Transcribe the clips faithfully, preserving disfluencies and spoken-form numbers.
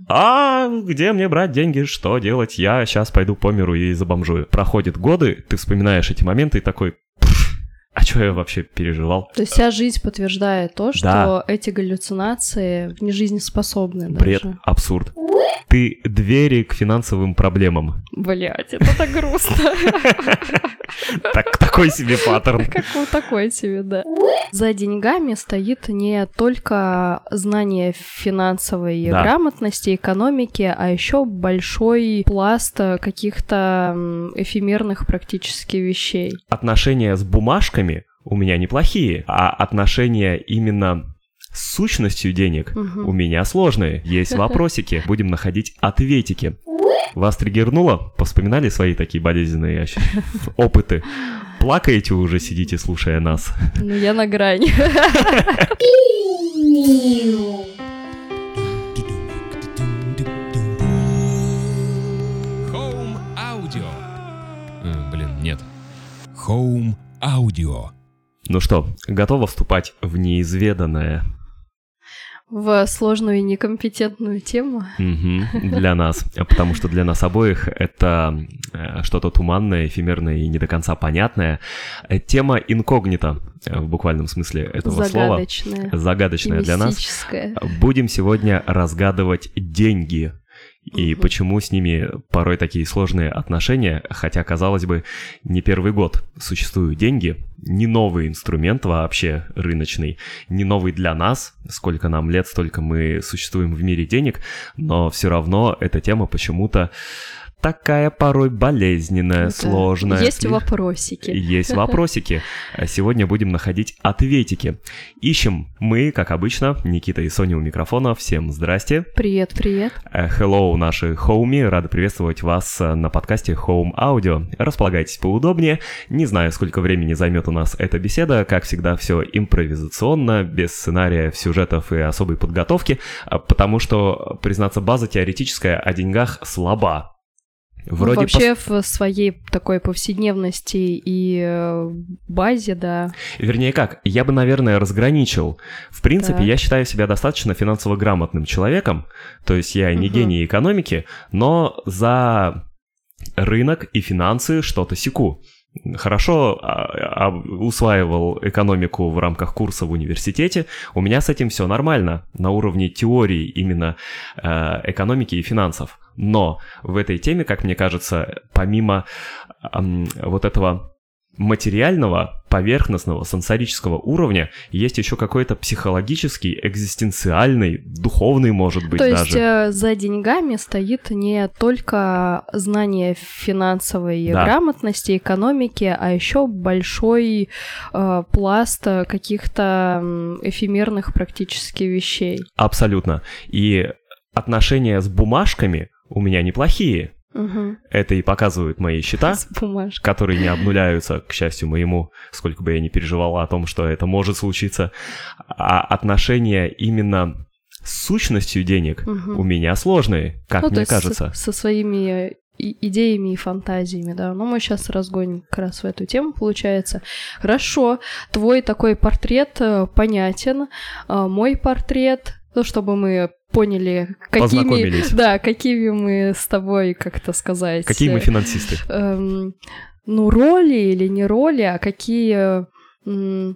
а где мне брать деньги, что делать, я сейчас пойду по миру и забомжую. Проходят годы, ты вспоминаешь эти моменты и такой, а что я вообще переживал? То есть вся жизнь подтверждает то, что да. эти галлюцинации не жизнеспособны. Бред, даже. Абсурд. Ты двери к финансовым проблемам. Блять, это так грустно. Так, такой себе паттерн. Как вот такой себе, да. За деньгами стоит не только знание финансовой да. грамотности, экономики, а еще большой пласт каких-то эфемерных практически вещей. Отношения с бумажками у меня неплохие, а отношения именно с сущностью денег угу. у меня сложные. Есть вопросики, будем находить ответики. Вас триггернуло? Повспоминали свои такие болезненные опыты? Плакаете уже, сидите, слушая нас? Ну, я на грани. Home Audio. А, блин, нет. Home Audio. Ну что, готова вступать в неизведанное? В сложную и некомпетентную тему. Угу, для нас, потому что для нас обоих это что-то туманное, эфемерное и не до конца понятное. Тема инкогнита, в буквальном смысле этого загадочная, слова. Загадочная для нас. Будем сегодня разгадывать деньги. И угу. почему с ними порой такие сложные отношения, хотя, казалось бы, не первый год существуют деньги, не новый инструмент вообще рыночный, не новый для нас, сколько нам лет, столько мы существуем в мире денег, но все равно эта тема почему-то такая порой болезненная, это сложная. Есть вопросики. Есть вопросики. Сегодня будем находить ответики. Ищем мы, как обычно, Никита и Соня у микрофона. Всем здрасте. Привет, привет. Hello, наши хоуми. Рады приветствовать вас на подкасте Home Audio. Располагайтесь поудобнее. Не знаю, сколько времени займет у нас эта беседа. Как всегда, все импровизационно, без сценария, сюжетов и особой подготовки, потому что, признаться, база теоретическая о деньгах слаба. Вроде ну, вообще пос... в своей такой повседневности и базе, да. Вернее как, я бы, наверное, разграничил. В принципе, так. я считаю себя достаточно финансово грамотным человеком, то есть я не угу. гений экономики, но за рынок и финансы что-то секу. Хорошо а, а, усваивал экономику в рамках курса в университете, у меня с этим все нормально, на уровне теории именно э, экономики и финансов. Но в этой теме, как мне кажется, помимо э, вот этого материального, поверхностного, сенсорического уровня, есть еще какой-то психологический, экзистенциальный, духовный, может быть, даже. То есть э, за деньгами стоит не только знание финансовой да. грамотности, экономики, а еще большой э, пласт каких-то эфемерных практически вещей. Абсолютно. И отношения с бумажками у меня неплохие. Угу. Это и показывают мои счета, которые не обнуляются, к счастью моему, сколько бы я ни переживал о том, что это может случиться. А отношения именно с сущностью денег угу. у меня сложные, как ну, мне кажется. Со, со своими идеями и фантазиями, да. Но мы сейчас разгоним как раз в эту тему, получается. Хорошо, твой такой портрет понятен, мой портрет, ну, чтобы мы поняли, какими, да, какими мы с тобой, как-то сказать... Какие мы финансисты? Эм, ну, роли или не роли, а какие м,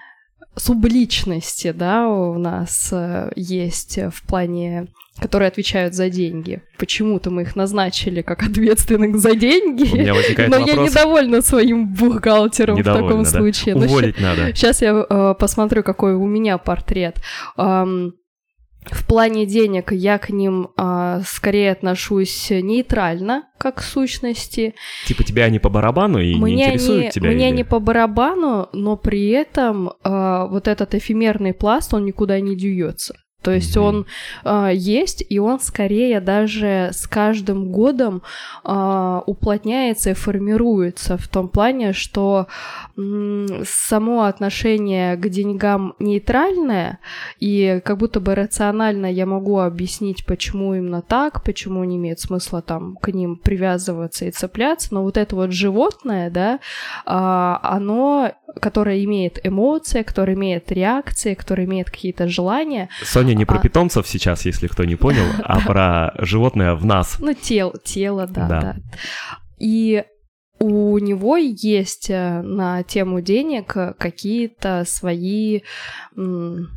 субличности, да, у нас э, есть в плане, которые отвечают за деньги. Почему-то мы их назначили как ответственных за деньги, у меня возникает но вопрос... я недовольна своим бухгалтером недовольна, в таком да? случае. Уволить но надо. Сейчас я э, посмотрю, какой у меня портрет. Эм, В плане денег я к ним а, скорее отношусь нейтрально, как к сущности. Типа тебя они по барабану и мне не интересуют не, тебя? Мне или... не по барабану, но при этом а, вот этот эфемерный пласт, он никуда не деется. То есть mm-hmm. он э, есть, и он скорее даже с каждым годом э, уплотняется и формируется в том плане, что м- само отношение к деньгам нейтральное, и как будто бы рационально я могу объяснить, почему именно так, почему не имеет смысла там к ним привязываться и цепляться, но вот это вот животное, да, э, оно, которое имеет эмоции, которое имеет реакции, которое имеет какие-то желания. Соня не про питомцев сейчас, если кто не понял, а про животное в нас. Ну, тело, тело, да, да. И у него есть на тему денег какие-то свои м-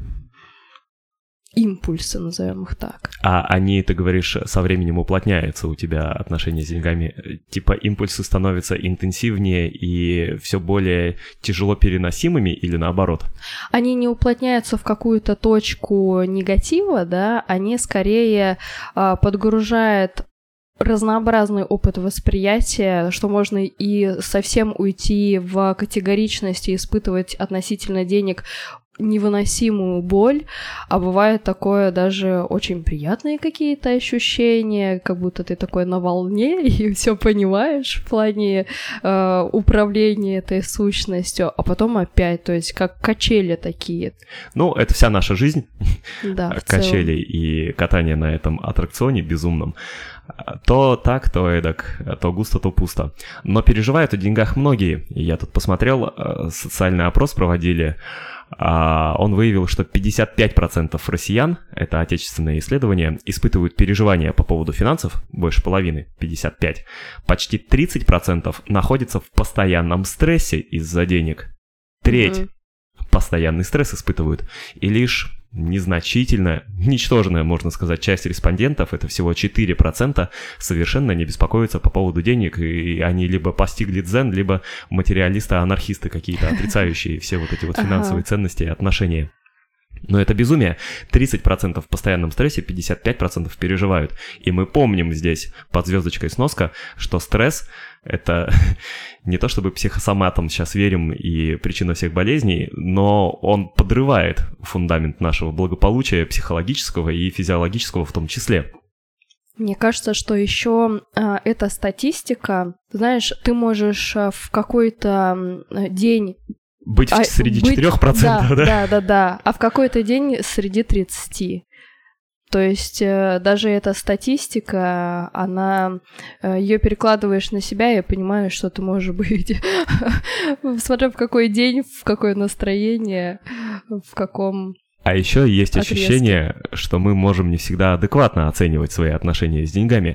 импульсы, назовем их так. А они, ты говоришь, со временем уплотняются у тебя отношения с деньгами? Типа импульсы становятся интенсивнее и все более тяжело переносимыми или наоборот? Они не уплотняются в какую-то точку негатива, да, они скорее а, подгружают разнообразный опыт восприятия, что можно и совсем уйти в категоричность и испытывать относительно денег невыносимую боль, а бывает такое даже очень приятные какие-то ощущения, как будто ты такой на волне и все понимаешь в плане э, управления этой сущностью, а потом опять, то есть как качели такие. Ну, это вся наша жизнь, да, качели и катание на этом аттракционе безумном. То так, то эдак, то густо, то пусто. Но переживают о деньгах многие. Я тут посмотрел, социальный опрос проводили. Он выявил, что пятьдесят пять процентов россиян, это отечественное исследование, испытывают переживания по поводу финансов, больше половины, пятьдесят пять процентов. Почти тридцать процентов находятся в постоянном стрессе из-за денег. Треть mm-hmm. постоянный стресс испытывают. И лишь незначительная, ничтожная, можно сказать, часть респондентов, это всего четыре процента, совершенно не беспокоятся по поводу денег, и они либо постигли дзен, либо материалисты-анархисты какие-то, отрицающие все вот эти вот финансовые ценности и отношения. Но это безумие. тридцать процентов в постоянном стрессе, пятьдесят пять процентов переживают. И мы помним здесь под звездочкой сноска, что стресс — это не то чтобы психосоматом сейчас верим и причина всех болезней, но он подрывает фундамент нашего благополучия психологического и физиологического в том числе. Мне кажется, что еще а, эта статистика, знаешь, ты можешь а, в какой-то а, день Быть а, среди быть, четырех процентов, да? Да, да, да. А в какой-то день среди тридцати. То есть э, даже эта статистика, она, э, ее перекладываешь на себя и понимаешь, что ты можешь быть, смотря в какой день, в какое настроение, в каком... А еще есть отрезке. Ощущение, что мы можем не всегда адекватно оценивать свои отношения с деньгами.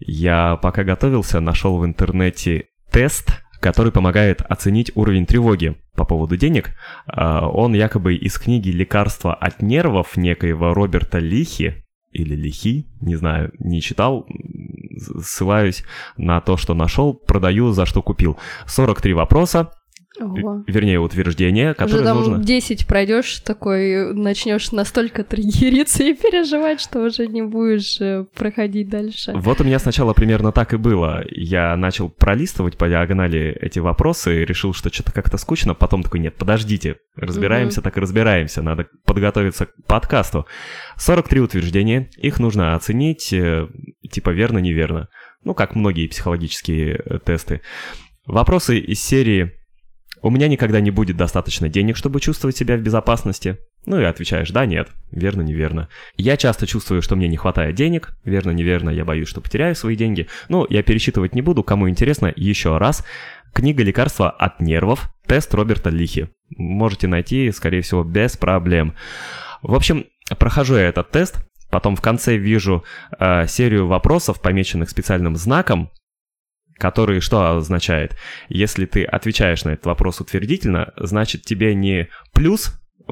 Я пока готовился, нашел в интернете тест, который помогает оценить уровень тревоги по поводу денег. Он якобы из книги «Лекарство от нервов» некоего Роберта Лихи, или Лихи, не знаю, не читал, ссылаюсь на то, что нашел, продаю, за что купил. сорок три вопроса, Ого. Вернее, утверждения, которые уже там нужно... десять пройдешь, такой начнешь настолько триггериться и переживать, что уже не будешь проходить дальше. Вот у меня сначала примерно так и было. Я начал пролистывать по диагонали эти вопросы, решил, что что-то как-то скучно, потом такой, нет, подождите, разбираемся, mm-hmm. так и разбираемся, надо подготовиться к подкасту. сорок три утверждения, их нужно оценить, типа верно-неверно. Ну, как многие психологические тесты. Вопросы из серии... У меня никогда не будет достаточно денег, чтобы чувствовать себя в безопасности. Ну и отвечаешь, да, нет, верно, неверно. Я часто чувствую, что мне не хватает денег. Верно, неверно, я боюсь, что потеряю свои деньги. Ну, я пересчитывать не буду, кому интересно, еще раз. Книга «Лекарство от нервов», тест Роберта Лихи. Можете найти, скорее всего, без проблем. В общем, прохожу я этот тест, потом в конце вижу э, серию вопросов, помеченных специальным знаком, который что означает? Если ты отвечаешь на этот вопрос утвердительно, значит тебе не плюс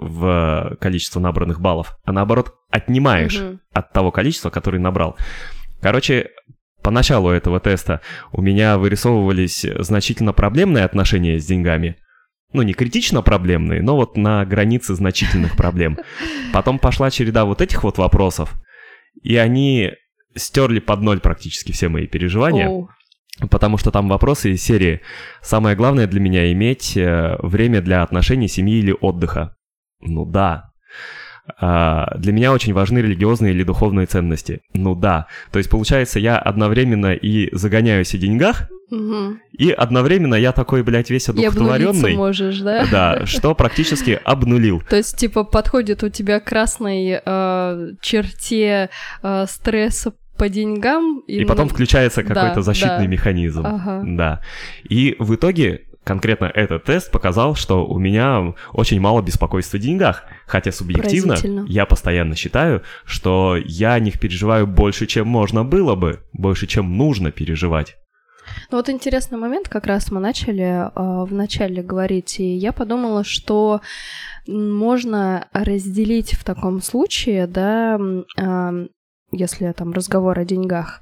в количество набранных баллов, а наоборот отнимаешь угу. от того количества, которое набрал. Короче, по началу этого теста у меня вырисовывались значительно проблемные отношения с деньгами. Ну, не критично проблемные, но вот на границе значительных проблем. Потом пошла череда вот этих вот вопросов, и они стерли под ноль практически все мои переживания. Оу. Потому что там вопросы из серии «Самое главное для меня иметь время для отношений, семьи или отдыха». Ну да. А, для меня очень важны религиозные или духовные ценности. Ну да. То есть, получается, я одновременно и загоняюсь о деньгах, угу. и одновременно я такой, блядь, весь одухотворенный. И можешь, да? Да, что практически обнулил. То есть, типа, подходит у тебя к красной э, черте э, стресса по деньгам. И, и потом включается какой-то да, защитный да. механизм. Ага. Да. И в итоге конкретно этот тест показал, что у меня очень мало беспокойства о деньгах. Хотя субъективно я постоянно считаю, что я о них переживаю больше, чем можно было бы, больше, чем нужно переживать. Ну вот интересный момент, как раз мы начали э, в начале говорить, и я подумала, что можно разделить в таком случае, да, э, если там разговор о деньгах,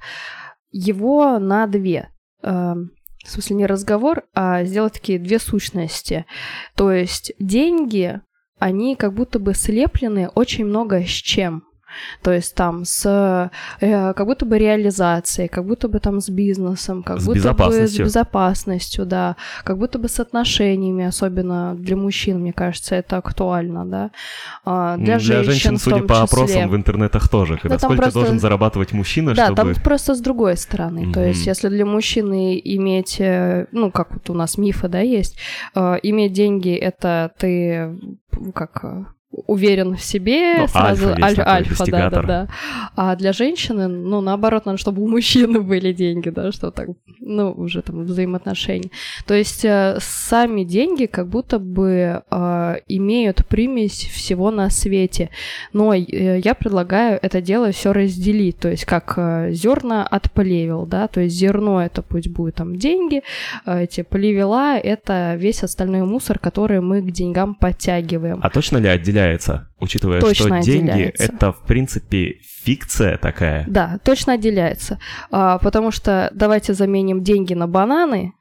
его на две. Э, в смысле не разговор, а сделать такие две сущности. То есть деньги, они как будто бы слеплены очень много с чем. То есть там с э, как будто бы реализацией, как будто бы там с бизнесом, как с будто бы с безопасностью, да, как будто бы с отношениями, особенно для мужчин, мне кажется, это актуально, да. А, для, для женщин, женщин, судя по числе. опросам в интернетах тоже, когда да, сколько просто... должен зарабатывать мужчина, да, чтобы... там просто с другой стороны. Mm-hmm. То есть если для мужчины иметь, ну, как вот у нас мифы, да, есть, э, иметь деньги — это ты как... уверен в себе, ну, сразу альфа, аль- альфа, да, да, да. да. А для женщины, ну, наоборот, надо, чтобы у мужчины были деньги, да, что так, ну, уже там взаимоотношения. То есть э, сами деньги как будто бы э, имеют примесь всего на свете. Но э, я предлагаю это дело все разделить, то есть как э, зерна от плевел, да, то есть зерно — это пусть будет там деньги, э, эти плевела — это весь остальной мусор, который мы к деньгам подтягиваем. А точно ли отделяется? Учитывая, точно что деньги отделяется. Это, в принципе, фикция такая. Да, точно отделяется. А, потому что давайте заменим деньги на бананы,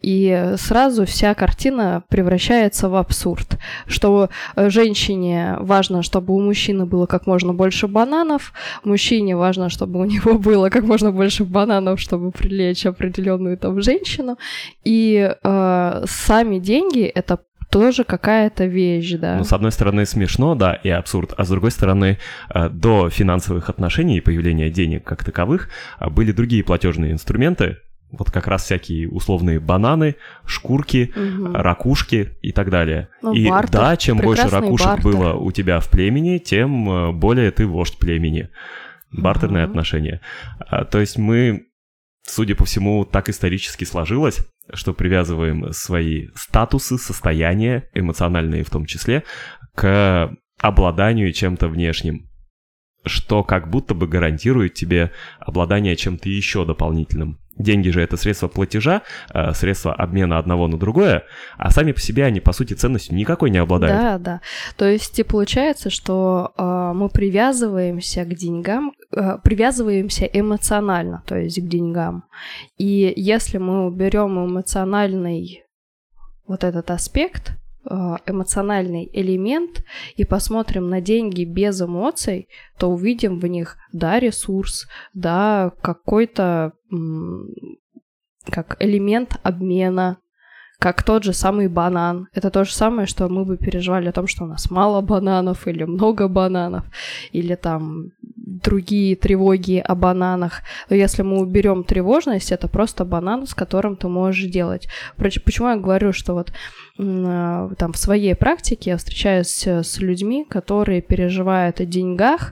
и сразу вся картина превращается в абсурд. Что женщине важно, чтобы у мужчины было как можно больше бананов, мужчине важно, чтобы у него было как можно больше бананов, чтобы привлечь определенную там женщину. И а, сами деньги — это тоже какая-то вещь, да. Ну, с одной стороны, смешно, да, и абсурд, а с другой стороны, до финансовых отношений и появления денег как таковых были другие платежные инструменты, вот как раз всякие условные бананы, шкурки, угу. ракушки и так далее. Ну, и бартер, да, чем больше ракушек бартер. было у тебя в племени, тем более ты вождь племени. Бартерные угу. отношения. То есть мы, судя по всему, так исторически сложилось, что привязываем свои статусы, состояния, эмоциональные в том числе, к обладанию чем-то внешним, что как будто бы гарантирует тебе обладание чем-то еще дополнительным. Деньги же — это средство платежа, средство обмена одного на другое, а сами по себе они, по сути, ценностью никакой не обладают. Да, да. То есть и получается, что э, мы привязываемся к деньгам, э, привязываемся эмоционально, то есть к деньгам. И если мы уберем эмоциональный вот этот аспект, эмоциональный элемент, и посмотрим на деньги без эмоций, то увидим в них, да, ресурс, да, какой-то м- как элемент обмена, как тот же самый банан. Это то же самое, что мы бы переживали о том, что у нас мало бананов или много бананов, или там другие тревоги о бананах. Но если мы уберем тревожность, это просто банан, с которым ты можешь делать. Почему я говорю, что вот там в своей практике я встречаюсь с людьми, которые переживают о деньгах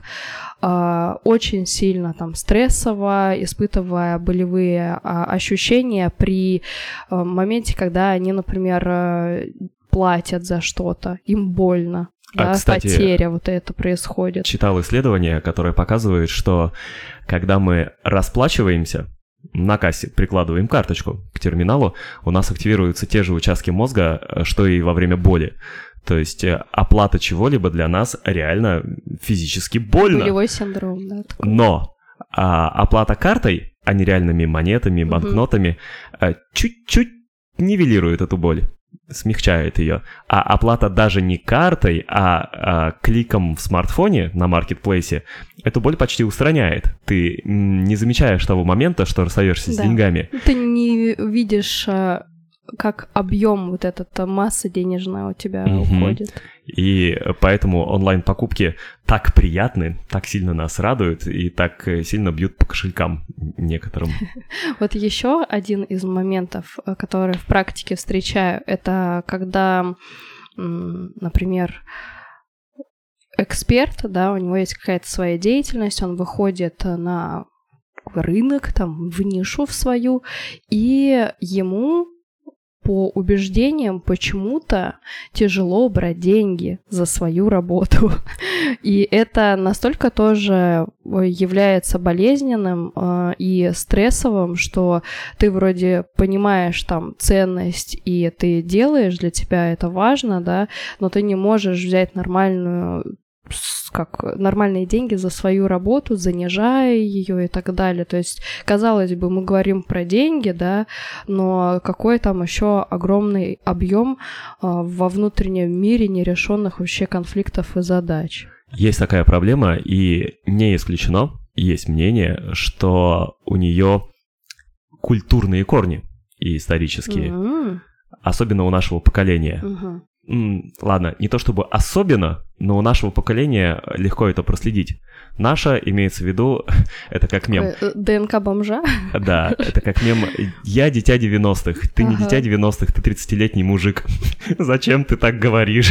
очень сильно там стрессово, испытывая болевые ощущения при моменте, когда они, например, платят за что-то, им больно. А, да, кстати, потеря вот это происходит. Читал исследование, которое показывает, что когда мы расплачиваемся, на кассе прикладываем карточку к терминалу, у нас активируются те же участки мозга, что и во время боли. То есть оплата чего-либо для нас реально физически больно. Болевой синдром, да. Такой. Но а, оплата картой, а не реальными монетами, банкнотами, угу. чуть-чуть нивелирует эту боль, смягчает ее. А оплата даже не картой, а, а кликом в смартфоне на маркетплейсе эту боль почти устраняет. Ты не замечаешь того момента, что расстаешься да. с деньгами. Ты не видишь, как объем вот этот масса денежная у тебя угу. уходит. И поэтому онлайн-покупки так приятны, так сильно нас радуют и так сильно бьют по кошелькам некоторым. Вот еще один из моментов, который в практике встречаю, это когда, например, эксперт, да, у него есть какая-то своя деятельность, он выходит на рынок, там, в нишу в свою, и ему по убеждениям почему-то тяжело брать деньги за свою работу. И это настолько тоже является болезненным э, и стрессовым, что ты вроде понимаешь там ценность, и ты делаешь, для тебя это важно, да, но ты не можешь взять нормальную как нормальные деньги за свою работу, занижая ее и так далее. То есть, казалось бы, мы говорим про деньги, да, но какой там еще огромный объем а, во внутреннем мире нерешенных вообще конфликтов и задач. Есть такая проблема, и не исключено, есть мнение, что у нее культурные корни и исторические, mm-hmm. особенно у нашего поколения. Mm-hmm. Ладно, не то чтобы особенно, но у нашего поколения легко это проследить. Наша, имеется в виду, это как мем. ДНК бомжа? Да, это как мем «Я дитя девяностых, ты не дитя девяностых, ты тридцатилетний мужик. Зачем ты так говоришь?»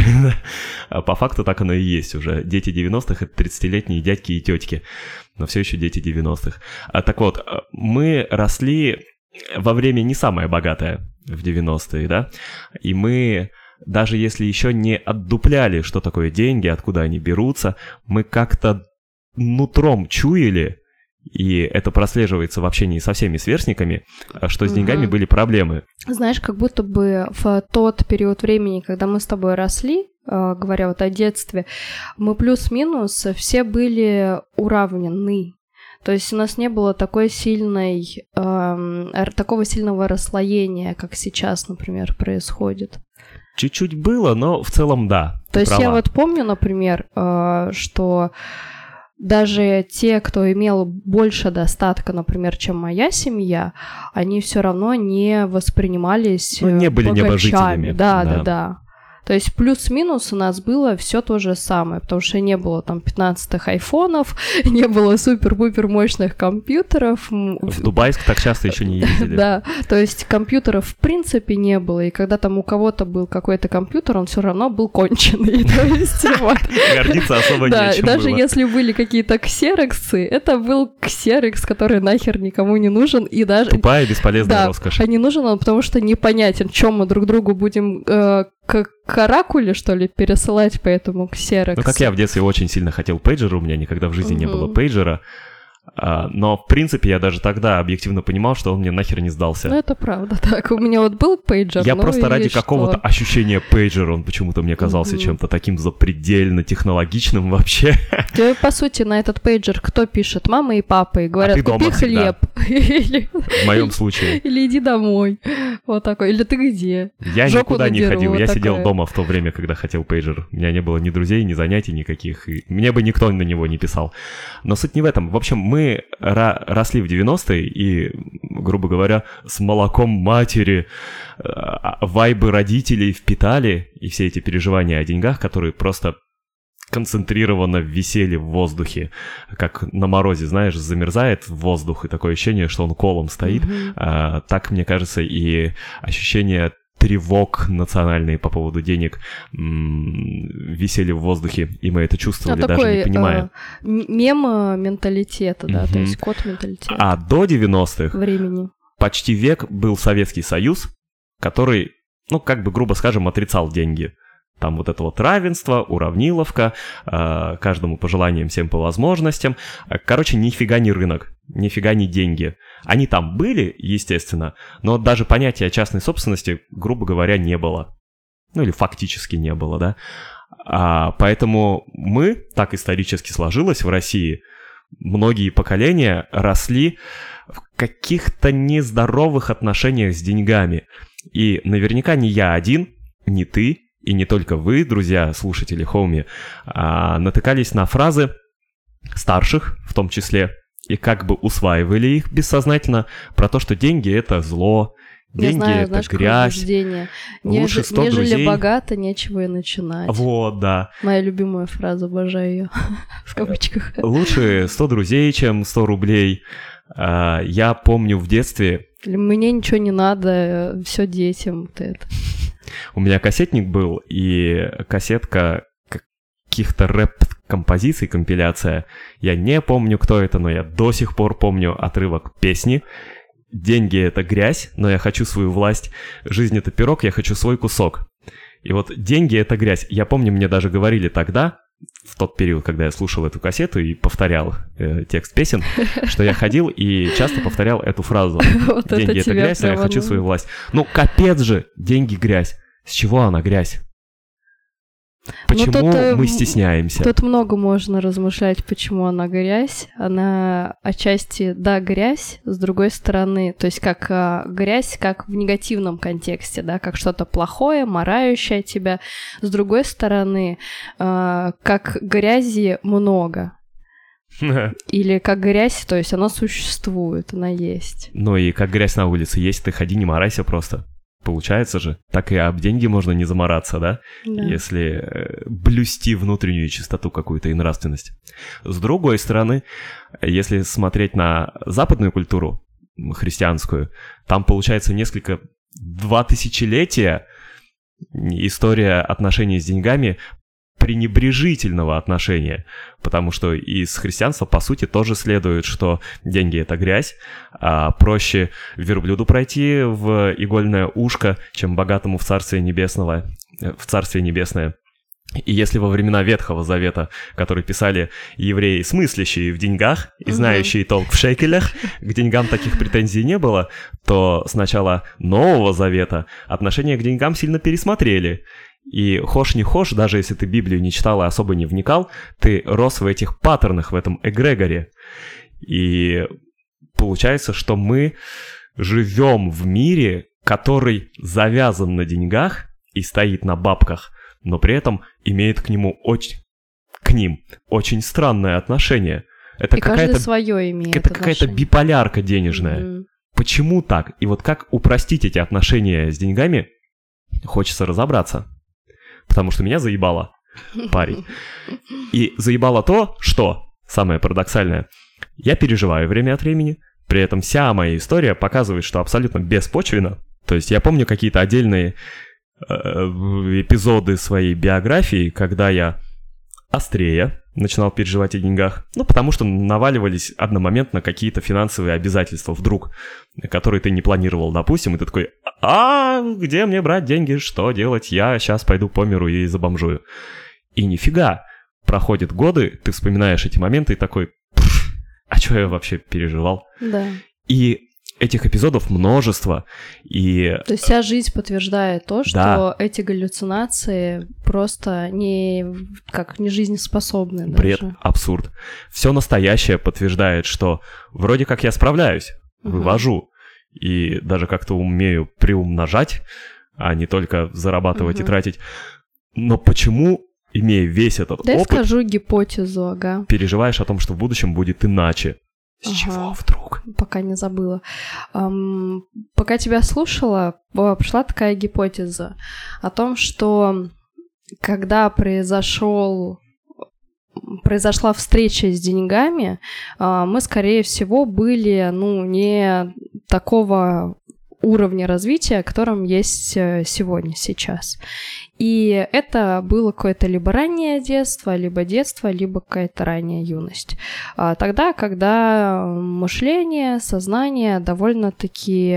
По факту так оно и есть уже. Дети девяностых — это тридцатилетние дядьки и тетки, но все еще дети девяностых. Так вот, мы росли во время не самое богатое в девяностые, да, и мы... Даже если еще не отдупляли, что такое деньги, откуда они берутся, мы как-то нутром чуяли, и это прослеживается в общении со всеми сверстниками, что с угу. деньгами были проблемы. Знаешь, как будто бы в тот период времени, когда мы с тобой росли, говоря вот о детстве, мы плюс-минус все были уравнены. То есть у нас не было такой сильной, э, такого сильного расслоения, как сейчас, например, происходит. Чуть-чуть было, но в целом да. То есть права. Я вот помню, например, что даже те, кто имел больше достатка, например, чем моя семья, они все равно не воспринимались ну, не были богачами. небожителями. Да, да, да, да. То есть плюс-минус у нас было все то же самое, потому что не было там пятнадцатых айфонов, не было супер-пупер мощных компьютеров. В Дубайск так часто еще не ездили. Да, то есть компьютеров в принципе не было, и когда там у кого-то был какой-то компьютер, он все равно был конченый. Гордиться особо нечем было. Да, и даже если были какие-то ксероксы, это был ксерокс, который нахер никому не нужен. и даже Тупая, бесполезная роскошь. Да, а не нужен он, потому что непонятен, чем мы друг другу будем... Как каракули, что ли, пересылать по этому ксероксу. Ну, как я в детстве очень сильно хотел пейджера, у меня никогда в жизни uh-huh. не было пейджера. А, но, в принципе, я даже тогда объективно понимал, что он мне нахер не сдался. Ну, это правда так. У меня вот был пейджер, Я ну просто ради что? какого-то ощущения пейджера, он почему-то мне казался mm-hmm. чем-то таким запредельно технологичным вообще. Тебе, по сути, на этот пейджер кто пишет? Мама и папа, и говорят, а купи хлеб. Или... В моем случае. Или иди домой. Вот такой. Или ты где? Я Жопу никуда надеру, не ходил, вот я такое. Сидел дома в то время, когда хотел пейджер. У меня не было ни друзей, ни занятий никаких, и мне бы никто на него не писал. Но суть не в этом. В общем, мы росли в девяностые и, грубо говоря, с молоком матери вайбы родителей впитали, и все эти переживания о деньгах, которые просто концентрированно висели в воздухе, как на морозе, знаешь, замерзает воздух, и такое ощущение, что он колом стоит. Mm-hmm. А, так, мне кажется, и ощущение тревог национальные по поводу денег м- висели в воздухе, и мы это чувствовали, а даже такой, не понимая. Э, мем менталитета, да, mm-hmm. то есть код менталитета. А до девяностых времени почти век был Советский Союз, который, ну, как бы, грубо скажем, отрицал деньги. Там вот это вот равенство, уравниловка, э, каждому по желаниям, всем по возможностям. Короче, нифига не рынок, нифига не деньги. Они там были, естественно, но даже понятия частной собственности, грубо говоря, не было. Ну или фактически не было, да. А, поэтому мы, так исторически сложилось в России, многие поколения росли в каких-то нездоровых отношениях с деньгами. И наверняка не я один, не ты, и не только вы, друзья, слушатели Хоуми, а, натыкались на фразы старших, в том числе, и как бы усваивали их бессознательно про то, что деньги — это зло, деньги — это знаешь, грязь. Неж... Лучше сто Нежели друзей. Богато, нечего и начинать. Вот, да. Моя любимая фраза, обожаю ее, в кавычках. Лучше сто друзей, чем сто рублей. А, я помню в детстве... Мне ничего не надо, все детям, вот это. У меня кассетник был, и кассетка каких-то рэп-композиций, компиляция. Я не помню, кто это, но я до сих пор помню отрывок песни. деньги — это грязь, но я хочу свою власть, жизнь — это пирог, я хочу свой кусок. И вот деньги — это грязь. Я помню, мне даже говорили тогда, в тот период, когда я слушал эту кассету и повторял э, текст песен, что я ходил и часто повторял эту фразу. Деньги — это грязь, но я хочу свою власть. Ну, капец же, деньги — грязь. С чего она грязь? Почему тут, мы стесняемся? Тут много можно размышлять, почему она грязь. Она отчасти, да, грязь, с другой стороны, то есть как а, грязь, как в негативном контексте, да, как что-то плохое, марающее тебя. С другой стороны, а, как грязи много. Или как грязь, то есть она существует, она есть. Ну и как грязь на улице есть, ты ходи, не марайся просто. Получается же, так и об деньги можно не замораться, да? Да. Если блюсти внутреннюю чистоту какую-то и нравственность. С другой стороны, если смотреть на западную культуру, христианскую, там получается несколько, два тысячелетия история отношений с деньгами пренебрежительного отношения, потому что из христианства, по сути, тоже следует, что деньги — это грязь, а проще верблюду пройти в игольное ушко, чем богатому в Царствие Небесного, в Царствие Небесное. И если во времена Ветхого Завета, которые писали евреи, смыслящие в деньгах и знающие толк в шекелях, к деньгам таких претензий не было, то с начала Нового Завета отношение к деньгам сильно пересмотрели. И хошь не хошь, даже если ты Библию не читал и особо не вникал, ты рос в этих паттернах, в этом эгрегоре. И получается, что мы живем в мире, который завязан на деньгах и стоит на бабках, но при этом имеет к нему очень, к ним очень странное отношение. Это и каждый свое имеет Это какая-то биполярка денежная. Mm-hmm. Почему так? И вот как упростить эти отношения с деньгами, хочется разобраться. Потому что меня заебало, парень. И заебало то, что, самое парадоксальное, я переживаю время от времени, при этом вся моя история показывает, что абсолютно беспочвенно. То есть я помню какие-то отдельные э, эпизоды своей биографии, когда я острее начинал переживать о деньгах, ну, потому что наваливались одномоментно какие-то финансовые обязательства вдруг, которые ты не планировал, допустим, и ты такой: а где мне брать деньги, что делать, я сейчас пойду по миру и забомжую. И нифига, проходят годы, ты вспоминаешь эти моменты и такой: а что я вообще переживал? Да. И этих эпизодов множество, и... То есть вся жизнь подтверждает то, что да. эти галлюцинации просто не, как, не жизнеспособны. Бред, даже. Абсурд. Все настоящее подтверждает, что вроде как я справляюсь, угу. вывожу, и даже как-то умею приумножать, а не только зарабатывать угу. и тратить. Но почему, имея весь этот Дай опыт... скажу гипотезу, ага. Переживаешь о том, что в будущем будет иначе? С ага. чего вдруг? Пока не забыла. Um, пока тебя слушала, пришла такая гипотеза о том, что когда произошел, произошла встреча с деньгами, uh, мы, скорее всего, были, ну, не такого уровня развития, которым есть сегодня, сейчас. И это было какое-то либо раннее детство, либо детство, либо какая-то ранняя юность. А тогда, когда мышление, сознание довольно-таки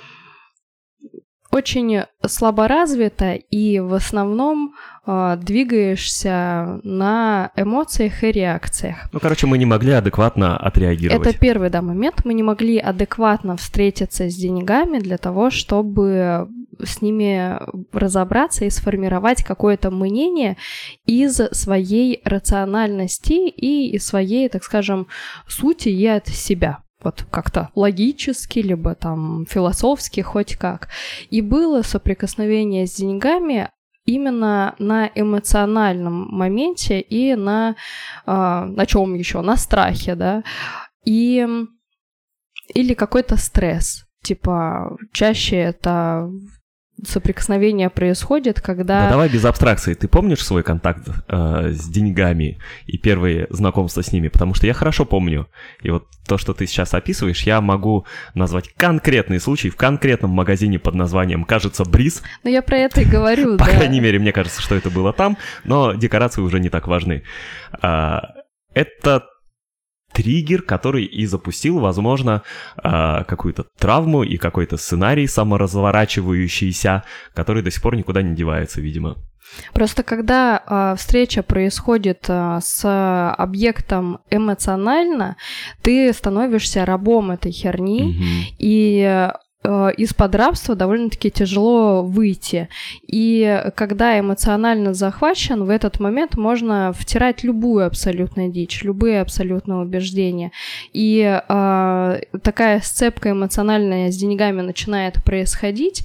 очень слабо развито, и в основном э, двигаешься на эмоциях и реакциях. Ну, короче, мы не могли адекватно отреагировать. Это первый, да, момент. Мы не могли адекватно встретиться с деньгами для того, чтобы с ними разобраться и сформировать какое-то мнение из своей рациональности и из своей, так скажем, сути и от себя. Вот как-то логически, либо там философски, хоть как. И было соприкосновение с деньгами именно на эмоциональном моменте и на, э, на чем еще? На страхе, да? И, или какой-то стресс. Типа чаще это соприкосновение происходит, когда... Да давай без абстракции. Ты помнишь свой контакт э, с деньгами и первые знакомства с ними? Потому что я хорошо помню. И вот то, что ты сейчас описываешь, я могу назвать конкретный случай в конкретном магазине под названием, кажется, Бриз. Ну, я про это и говорю, да. По крайней мере, мне кажется, что это было там, но декорации уже не так важны. Это триггер, который и запустил, возможно, какую-то травму и какой-то сценарий саморазворачивающийся, который до сих пор никуда не девается, видимо. Просто когда э, встреча происходит э, с объектом эмоционально, ты становишься рабом этой херни, mm-hmm. и э, из-под рабства довольно-таки тяжело выйти. И когда эмоционально захвачен, в этот момент можно втирать любую абсолютную дичь, любые абсолютные убеждения. И э, такая сцепка эмоциональная с деньгами начинает происходить.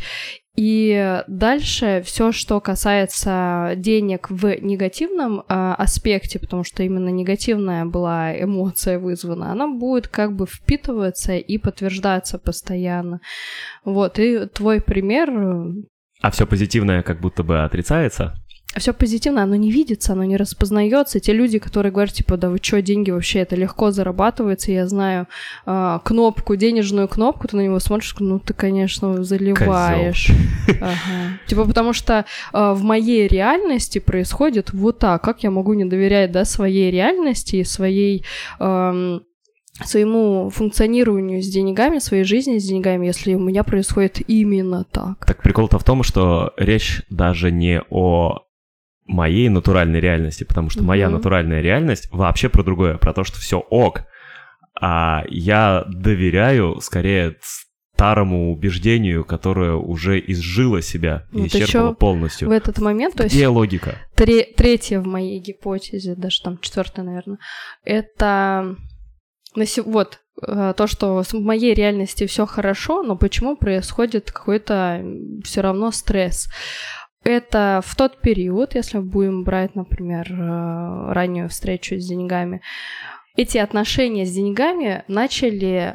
И дальше все, что касается денег в негативном э, аспекте, потому что именно негативная была эмоция вызвана, она будет как бы впитываться и подтверждаться постоянно. Вот, и твой пример... А все позитивное как будто бы отрицается? Все позитивно, оно не видится, оно не распознается. Те люди, которые говорят, типа, да вы чё, деньги вообще, это легко зарабатывается, я знаю э, кнопку, денежную кнопку, ты на него смотришь, ну ты, конечно, заливаешь. Ага. Типа, потому что э, в моей реальности происходит вот так. Как я могу не доверять, да, своей реальности и своей... Э, своему функционированию с деньгами, своей жизни с деньгами, если у меня происходит именно так. Так прикол-то в том, что речь даже не о моей натуральной реальности, потому что mm-hmm. моя натуральная реальность вообще про другое, про то, что все ок, а я доверяю скорее старому убеждению, которое уже изжило себя и вот исчерпало полностью. В этот момент, то есть... Где логика? Тре- третье в моей гипотезе, даже там четвертое, наверное, это... Вот, то, что в моей реальности все хорошо, но почему происходит какой-то все равно стресс? Это в тот период, если мы будем брать, например, раннюю встречу с деньгами, эти отношения с деньгами начали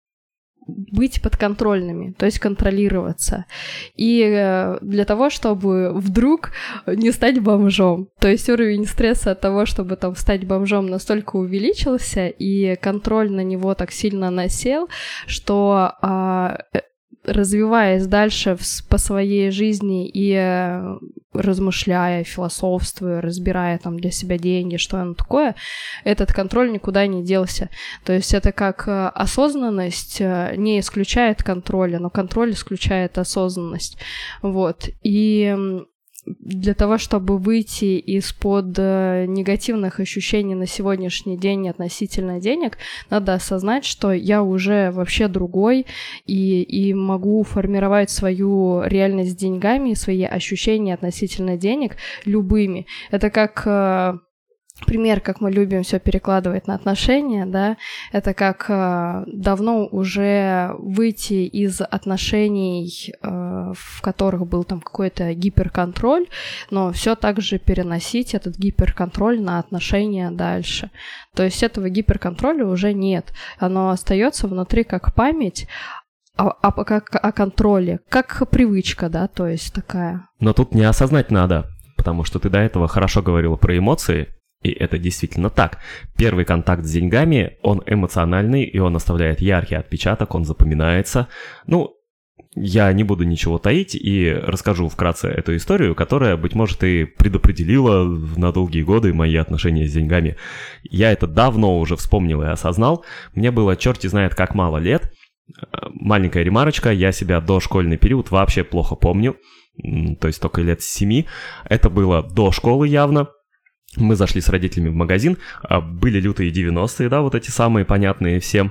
быть подконтрольными, то есть контролироваться. И для того, чтобы вдруг не стать бомжом. То есть уровень стресса от того, чтобы там стать бомжом, настолько увеличился, и контроль на него так сильно насел, что а, развиваясь дальше в, по своей жизни и э, размышляя, философствуя, разбирая там для себя деньги, что оно такое, этот контроль никуда не делся. То есть это как э, осознанность э, не исключает контроля, но контроль исключает осознанность. Вот. И для того, чтобы выйти из-под э, негативных ощущений на сегодняшний день относительно денег, надо осознать, что я уже вообще другой и, и могу формировать свою реальность с деньгами, свои ощущения относительно денег любыми. Это как... Э, пример, как мы любим все перекладывать на отношения, да, это как э, давно уже выйти из отношений, э, в которых был там какой-то гиперконтроль, но все так же переносить этот гиперконтроль на отношения дальше. То есть этого гиперконтроля уже нет. Оно остается внутри как память, а, а как о контроле, как привычка, да, то есть такая. Но тут не осознать надо, потому что ты до этого хорошо говорила про эмоции. И это действительно так. Первый контакт с деньгами, он эмоциональный, и он оставляет яркий отпечаток, он запоминается. Ну, я не буду ничего таить и расскажу вкратце эту историю, которая, быть может, и предопределила на долгие годы мои отношения с деньгами. Я это давно уже вспомнил и осознал. Мне было черти знает как мало лет. Маленькая ремарочка, я себя дошкольный период вообще плохо помню. То есть только лет с семи. Это было до школы явно. Мы зашли с родителями в магазин, были лютые девяностые, да, вот эти самые понятные всем.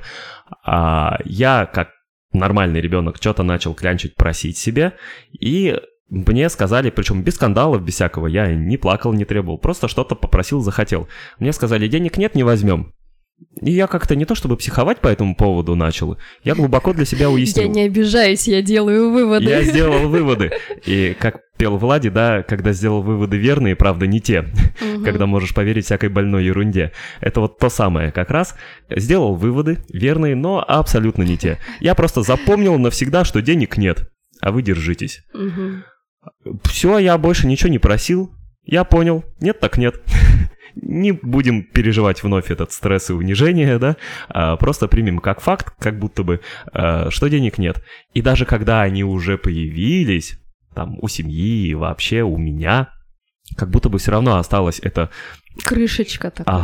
Я, как нормальный ребенок, что-то начал клянчить, просить себе, и мне сказали, причем без скандалов, без всякого, я не плакал, не требовал, просто что-то попросил, захотел. Мне сказали, денег нет, не возьмем. И я как-то не то чтобы психовать по этому поводу начал, я глубоко для себя уяснил. Я не обижаюсь, я делаю выводы. Я сделал выводы. И как пел Влади, да, когда сделал выводы верные, правда, не те, угу. Когда можешь поверить всякой больной ерунде. Это вот то самое как раз. Сделал выводы верные, но абсолютно не те. Я просто запомнил навсегда, что денег нет, а вы держитесь. Угу. Все, я больше ничего не просил. Я понял. Нет так нет. Не будем переживать вновь этот стресс и унижение, да, а просто примем как факт, как будто бы, а, что денег нет. И даже когда они уже появились, там, у семьи, вообще у меня, как будто бы все равно осталась эта... крышечка такая. Ага,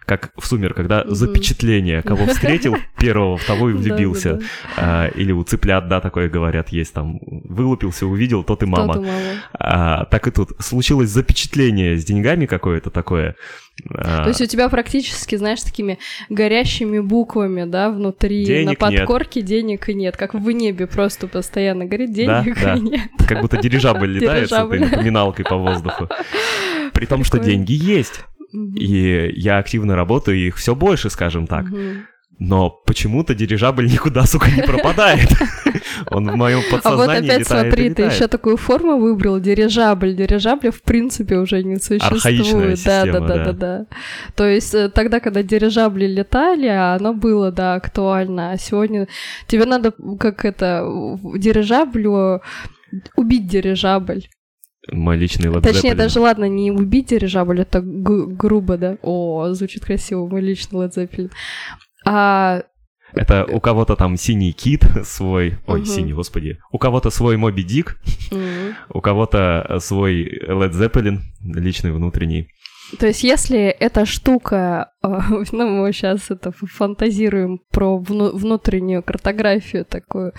как в «Сумерках», да, запечатление, кого встретил первого, в того и влюбился. А, или у цыплят, да, такое говорят, есть там, вылупился, увидел, тот и мама. Тот и мама. А, так и тут случилось запечатление с деньгами какое-то такое. То есть у тебя практически, знаешь, такими горящими буквами, да, внутри, денег на подкорке нет. Денег и нет, как в небе просто постоянно горит, денег да, и да. нет. Как будто дирижабль летает с этой напоминалкой по воздуху. При том, что деньги есть. И я активно работаю, их все больше, скажем так. Но почему-то дирижабль никуда, сука, не пропадает. Он в моем подсознании летает. А вот опять летает, смотри, летает. Ты еще такую форму выбрал, дирижабль. Дирижабля в принципе уже не существует. Архаичная система, да, да, да, да, да. То есть тогда, когда дирижабли летали, оно было, да, актуально. А сегодня тебе надо, как это, дирижаблю убить дирижабль. Мой личный Led Zeppelin. Точнее, даже ладно, не убить дирижабль, это г- грубо, да? О, звучит красиво, мой личный Led Zeppelin. А... Это у кого-то там синий кит свой, ой, угу. синий, господи, у кого-то свой Моби Дик, угу. у кого-то свой Led Zeppelin, личный внутренний. То есть если эта штука, ну мы сейчас это фантазируем про вну- внутреннюю картографию такую,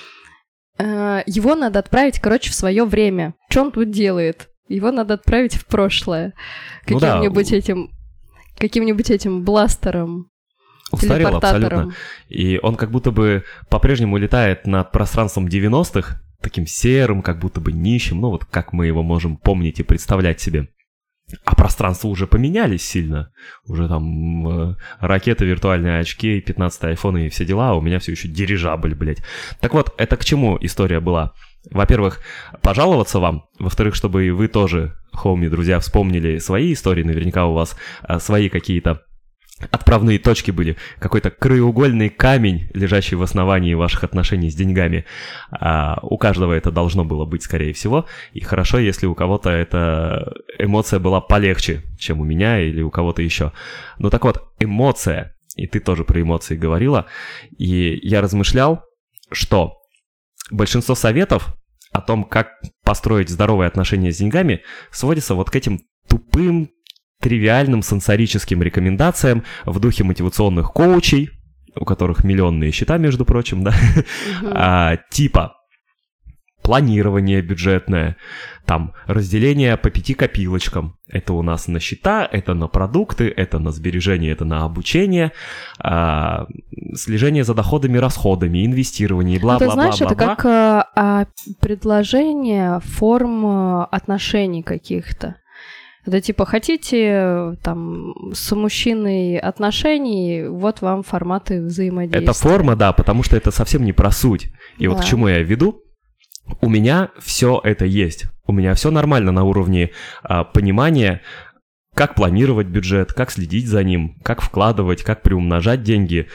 его надо отправить, короче, в свое время. Что он тут делает? Его надо отправить в прошлое. Каким-нибудь ну да. этим, каким-нибудь этим бластером. Устарел абсолютно. И он как будто бы по-прежнему летает над пространством девяностых, таким серым, как будто бы нищим, ну вот как мы его можем помнить и представлять себе. А пространства уже поменялись сильно. Уже там э, ракеты, виртуальные очки, пятнадцатый айфон и все дела, а у меня все еще дирижабль, блядь. Так вот, это к чему история была? Во-первых, пожаловаться вам. Во-вторых, чтобы и вы тоже, хоуми, друзья, вспомнили свои истории. Наверняка у вас э, свои какие-то отправные точки были, какой-то краеугольный камень, лежащий в основании ваших отношений с деньгами. А у каждого это должно было быть, скорее всего. И хорошо, если у кого-то эта эмоция была полегче, чем у меня или у кого-то еще. Ну так вот, эмоция, и ты тоже про эмоции говорила, и я размышлял, что большинство советов о том, как построить здоровые отношения с деньгами, сводится вот к этим тупым, тривиальным сенсорическим рекомендациям в духе мотивационных коучей, у которых миллионные счета, между прочим, да, uh-huh. а, типа планирование бюджетное, там разделение по пяти копилочкам. Это у нас на счета, это на продукты, это на сбережения, это на обучение, а, слежение за доходами, расходами, инвестирование, бла-бла-бла. Ну, ты знаешь, это как а, предложение форм отношений каких-то. Это типа, хотите там с мужчиной отношений, вот вам форматы взаимодействия. Это форма, да, потому что это совсем не про суть. И да. вот к чему я веду. У меня все это есть. У меня все нормально на уровне а, понимания, как планировать бюджет, как следить за ним, как вкладывать, как приумножать деньги.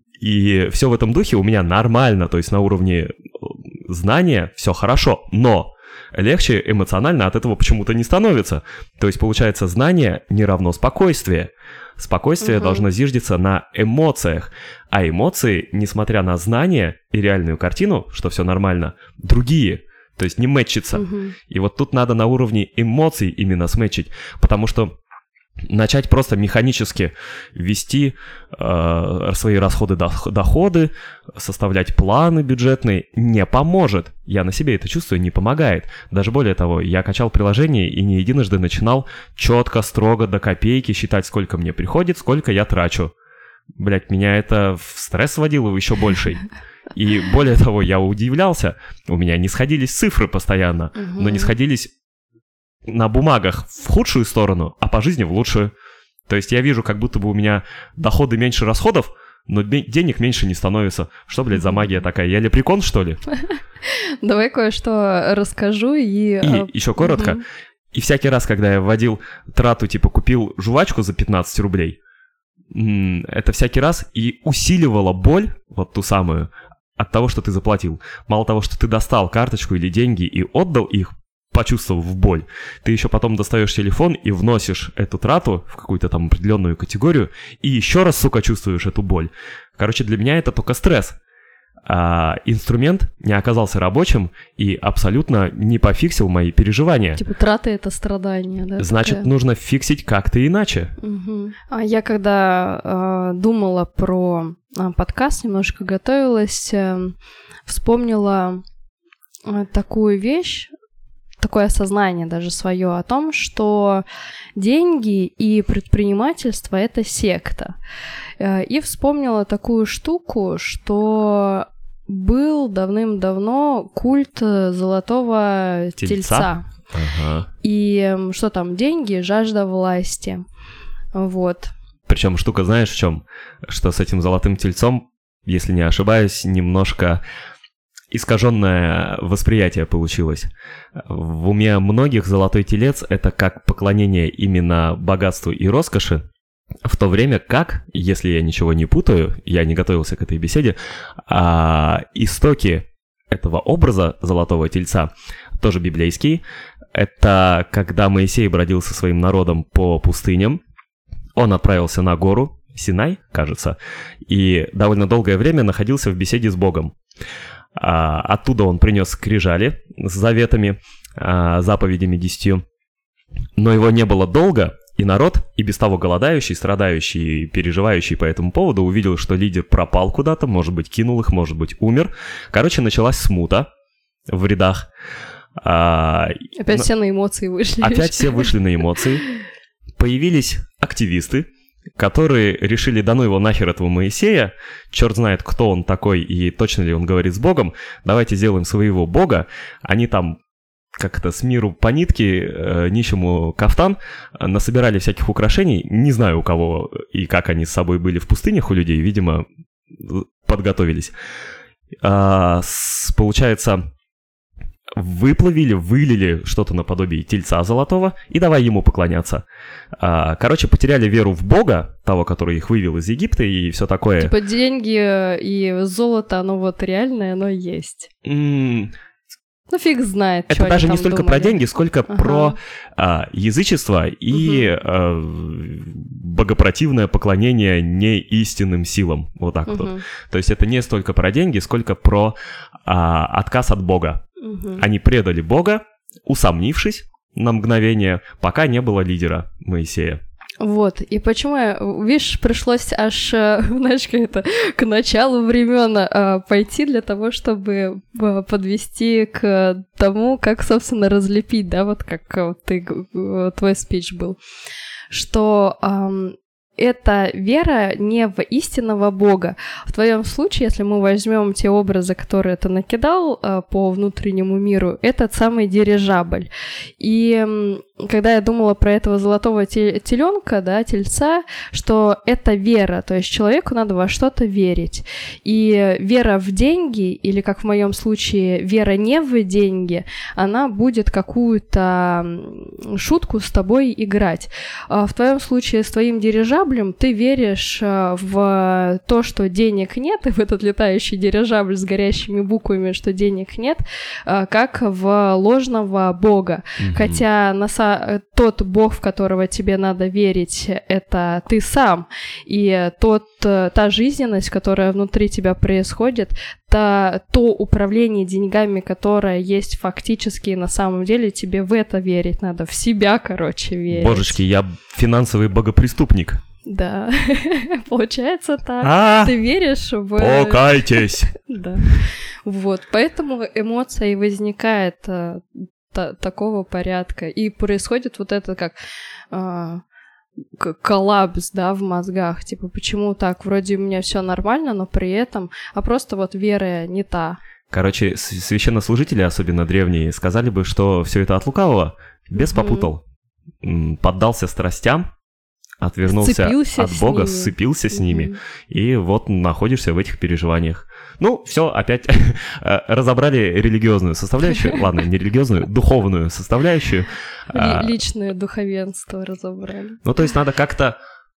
И все в этом духе у меня нормально, то есть на уровне знания все хорошо, но легче эмоционально от этого почему-то не становится. То есть, получается, знание не равно спокойствие. Спокойствие угу. должно зиждиться на эмоциях. А эмоции, несмотря на знание и реальную картину, что все нормально, другие. То есть не мэтчится. Угу. И вот тут надо на уровне эмоций именно сметчить. Потому что начать просто механически вести э, свои расходы-доходы, составлять планы бюджетные не поможет. Я на себе это чувствую, не помогает. Даже более того, я качал приложение и не единожды начинал четко, строго, до копейки считать, сколько мне приходит, сколько я трачу. Блять, меня это в стресс вводило еще больший. И более того, я удивлялся, у меня не сходились цифры постоянно, угу. но не сходились на бумагах в худшую сторону, а по жизни в лучшую. То есть я вижу, как будто бы у меня доходы меньше расходов, но денег меньше не становится. Что, блядь, за магия такая? Я лепрекон, что ли? Давай кое-что расскажу и... И еще коротко. И всякий раз, когда я вводил трату, типа купил жвачку за пятнадцать рублей, это всякий раз и усиливало боль, вот ту самую, от того, что ты заплатил. Мало того, что ты достал карточку или деньги и отдал их, почувствовав боль, ты еще потом достаешь телефон и вносишь эту трату в какую-то там определенную категорию и еще раз, сука, чувствуешь эту боль. Короче, для меня это только стресс. а инструмент не оказался рабочим и абсолютно не пофиксил мои переживания. Типа траты — это страдание, да? Значит, такая? Нужно фиксить как-то иначе. Угу. А я когда э, думала про э, подкаст, немножко готовилась, э, вспомнила э, такую вещь, такое осознание даже свое о том, что деньги и предпринимательство — это секта. И вспомнила такую штуку, что был давным-давно культ золотого тельца. тельца. Ага. И что там, деньги, жажда власти. Вот. Причем штука, знаешь, в чем? Что с этим золотым тельцом, если не ошибаюсь, немножко искаженное восприятие получилось. В уме многих золотой телец — это как поклонение именно богатству и роскоши, в то время как, если я ничего не путаю, я не готовился к этой беседе, а истоки этого образа золотого тельца, тоже библейские, это когда Моисей бродил со своим народом по пустыням, он отправился на гору Синай, кажется, и довольно долгое время находился в беседе с Богом. А, оттуда он принес скрижали с заветами, а, заповедями десятью, но его не было долго, и народ, и без того голодающий, страдающий, переживающий по этому поводу, увидел, что лидер пропал куда-то, может быть, кинул их, может быть, умер. Короче, началась смута в рядах. А, опять но... все на эмоции вышли. Опять все вышли на эмоции. Появились активисты, которые решили: да ну его нахер этого Моисея, черт знает, кто он такой и точно ли он говорит с Богом, давайте сделаем своего бога. Они там как-то с миру по нитке, э, нищему кафтан, насобирали всяких украшений. Не знаю, у кого и как они с собой были в пустынях у людей, видимо, подготовились. А, с, получается, выплавили, вылили что-то наподобие тельца золотого и давай ему поклоняться. А, короче, потеряли веру в Бога, того, который их вывел из Египта и все такое. Типа деньги и золото, оно вот реальное, оно есть. М- Ну, фиг знает, Это что даже они не там столько думали. про деньги, сколько ага. про а, язычество и угу. а, богопротивное поклонение неистинным силам. Вот так угу. вот. То есть это не столько про деньги, сколько про а, отказ от Бога. Угу. Они предали Бога, усомнившись на мгновение, пока не было лидера Моисея. Вот, и почему, я, видишь, пришлось аж, знаешь, как это, к началу времен а, пойти для того, чтобы а, подвести к тому, как, собственно, разлепить, да, вот как вот ты, твой спич был, что а, это вера не в истинного Бога. В твоем случае, если мы возьмем те образы, которые ты накидал а, по внутреннему миру, этот самый дирижабль. И когда я думала про этого золотого теленка, да, тельца, что это вера, то есть человеку надо во что-то верить. И вера в деньги, или, как в моем случае, вера не в деньги, она будет какую-то шутку с тобой играть. В твоем случае с твоим дирижаблем ты веришь в то, что денег нет, и в этот летающий дирижабль с горящими буквами, что денег нет, как в ложного бога. Mm-hmm. Хотя на самом тот Бог, в которого тебе надо верить, это ты сам. И тот, та жизненность, которая внутри тебя происходит, та, то управление деньгами, которое есть фактически на самом деле, тебе в это верить надо. В себя, короче, верить. Божечки, я финансовый богопреступник. Да, получается так. А, ты веришь в... Покайтесь! Да. Вот, поэтому эмоция и возникает... Та- такого порядка. И происходит вот это как а, к- коллапс, да, в мозгах. Типа, почему так? Вроде у меня все нормально, но при этом... А просто вот вера не та. Короче, священнослужители, особенно древние, сказали бы, что все это от лукавого. Бес попутал. Mm-hmm. Поддался страстям, отвернулся сцепился от Бога, ними. сцепился с mm-hmm. ними. И вот находишься в этих переживаниях. Ну, все, опять разобрали религиозную составляющую. Ладно, не религиозную, духовную составляющую. Личное духовенство разобрали. Ну, то есть надо как-то...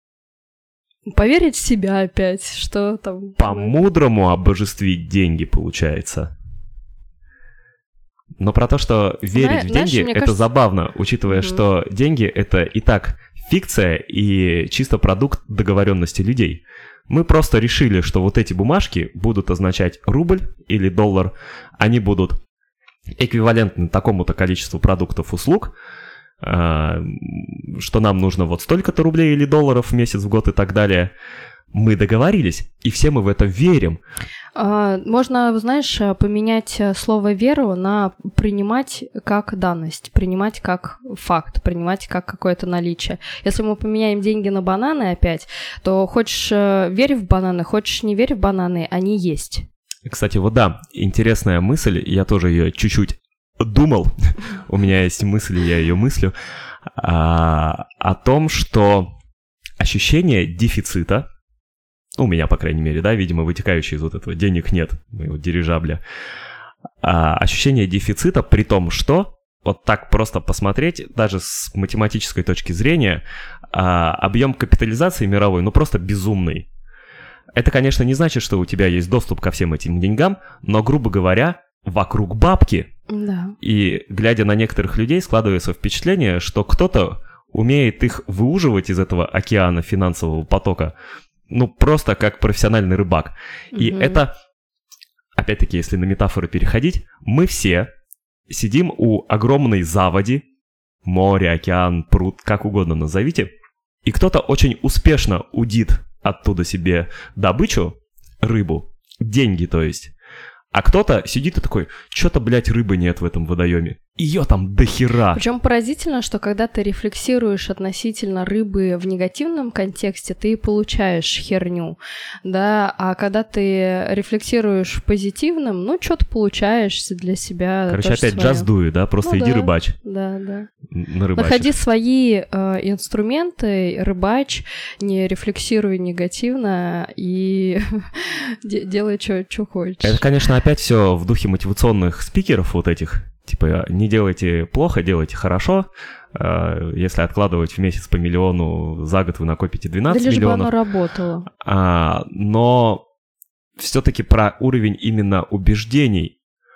Поверить в себя опять, что там... По-мудрому обожествить деньги, получается. Но про то, что верить Зна- в деньги, знаешь, это кажется... забавно, учитывая, mm-hmm. что деньги — это и так фикция и чисто продукт договоренности людей. Мы просто решили, что вот эти бумажки будут означать рубль или доллар, они будут эквивалентны такому-то количеству продуктов, услуг, что нам нужно вот столько-то рублей или долларов в месяц, в год и так далее. Мы договорились, и все мы в это верим. Можно, знаешь, поменять слово «веру» на «принимать как данность», принимать как факт, принимать как какое-то наличие. Если мы поменяем деньги на бананы опять, то хочешь верь в бананы, хочешь не верь в бананы, они есть. Кстати, вот да, интересная мысль, я тоже ее чуть-чуть думал, у меня есть мысль, я ее мыслю, о том, что ощущение дефицита, у меня, по крайней мере, да, видимо, вытекающее из вот этого «денег нет», моего дирижабля. А, ощущение дефицита, при том, что, вот так просто посмотреть, даже с математической точки зрения, а, объем капитализации мировой, ну, просто безумный. Это, конечно, не значит, что у тебя есть доступ ко всем этим деньгам, но, грубо говоря, вокруг бабки. Да. И, глядя на некоторых людей, складывается впечатление, что кто-то умеет их выуживать из этого океана финансового потока, ну, просто как профессиональный рыбак. И mm-hmm. это, опять-таки, если на метафоры переходить, мы все сидим у огромной заводи, море, океан, пруд, как угодно назовите, и кто-то очень успешно удит оттуда себе добычу, рыбу, деньги, то есть. А кто-то сидит и такой, что-то, блядь, рыбы нет в этом водоеме. Ее там до хера. Причем поразительно, что когда ты рефлексируешь относительно рыбы в негативном контексте, ты получаешь херню, да, а когда ты рефлексируешь в позитивном, ну, что-то получаешь для себя. Короче, опять джаз дуй, да, просто ну, иди да, рыбач. Да, да. На рыбаче. Находи свои э, инструменты, рыбач, не рефлексируй негативно и делай, что хочешь. Это, конечно, опять все в духе мотивационных спикеров вот этих. Типа, не делайте плохо, делайте хорошо. Если откладывать в месяц по миллиону, за год вы накопите двенадцать миллионов. Да лишь бы оно работало. А, но все-таки про уровень именно убеждений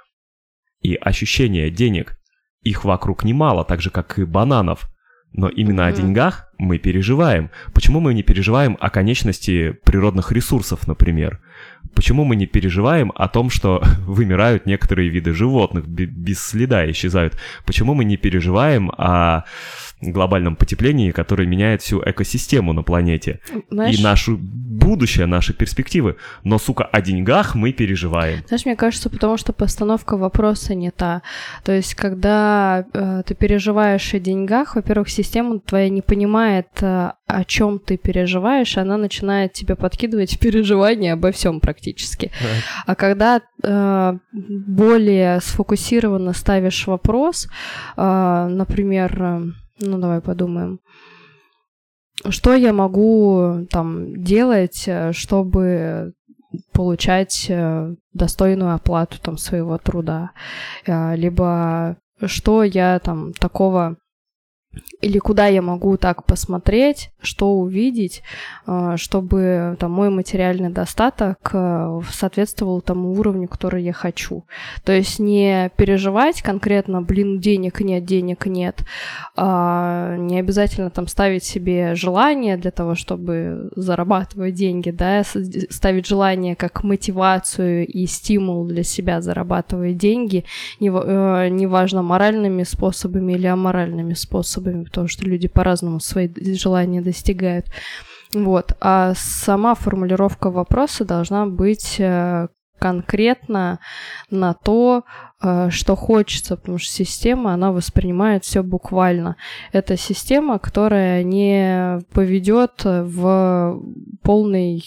и ощущения денег. Их вокруг немало, так же, как и бананов. Но именно mm-hmm. о деньгах мы переживаем. Почему мы не переживаем о конечности природных ресурсов, например? Почему мы не переживаем о том, что вымирают некоторые виды животных, без следа исчезают? Почему мы не переживаем о глобальном потеплении, которое меняет всю экосистему на планете? Знаешь, и наше будущее, наши перспективы. Но, сука, о деньгах мы переживаем. Знаешь, мне кажется, потому что постановка вопроса не та. То есть, когда э, ты переживаешь о деньгах, во-первых, система твоя не понимает, э, о чем ты переживаешь, она начинает тебе подкидывать переживания обо всем практически. Yeah. А когда э, более сфокусированно ставишь вопрос, э, например, э, ну давай подумаем, что я могу там делать, чтобы получать э, достойную оплату там своего труда, э, либо что я там такого или куда я могу так посмотреть, что увидеть, чтобы там мой материальный достаток соответствовал тому уровню, который я хочу. То есть не переживать конкретно, блин, денег нет, денег нет, а не обязательно там ставить себе желание для того, чтобы зарабатывать деньги, да, ставить желание как мотивацию и стимул для себя зарабатывать деньги, неважно, моральными способами или аморальными способами, потому что люди по-разному свои желания достигают. Вот. А сама формулировка вопроса должна быть конкретно на то, что хочется, потому что система, она воспринимает все буквально. Это система, которая не поведет в полный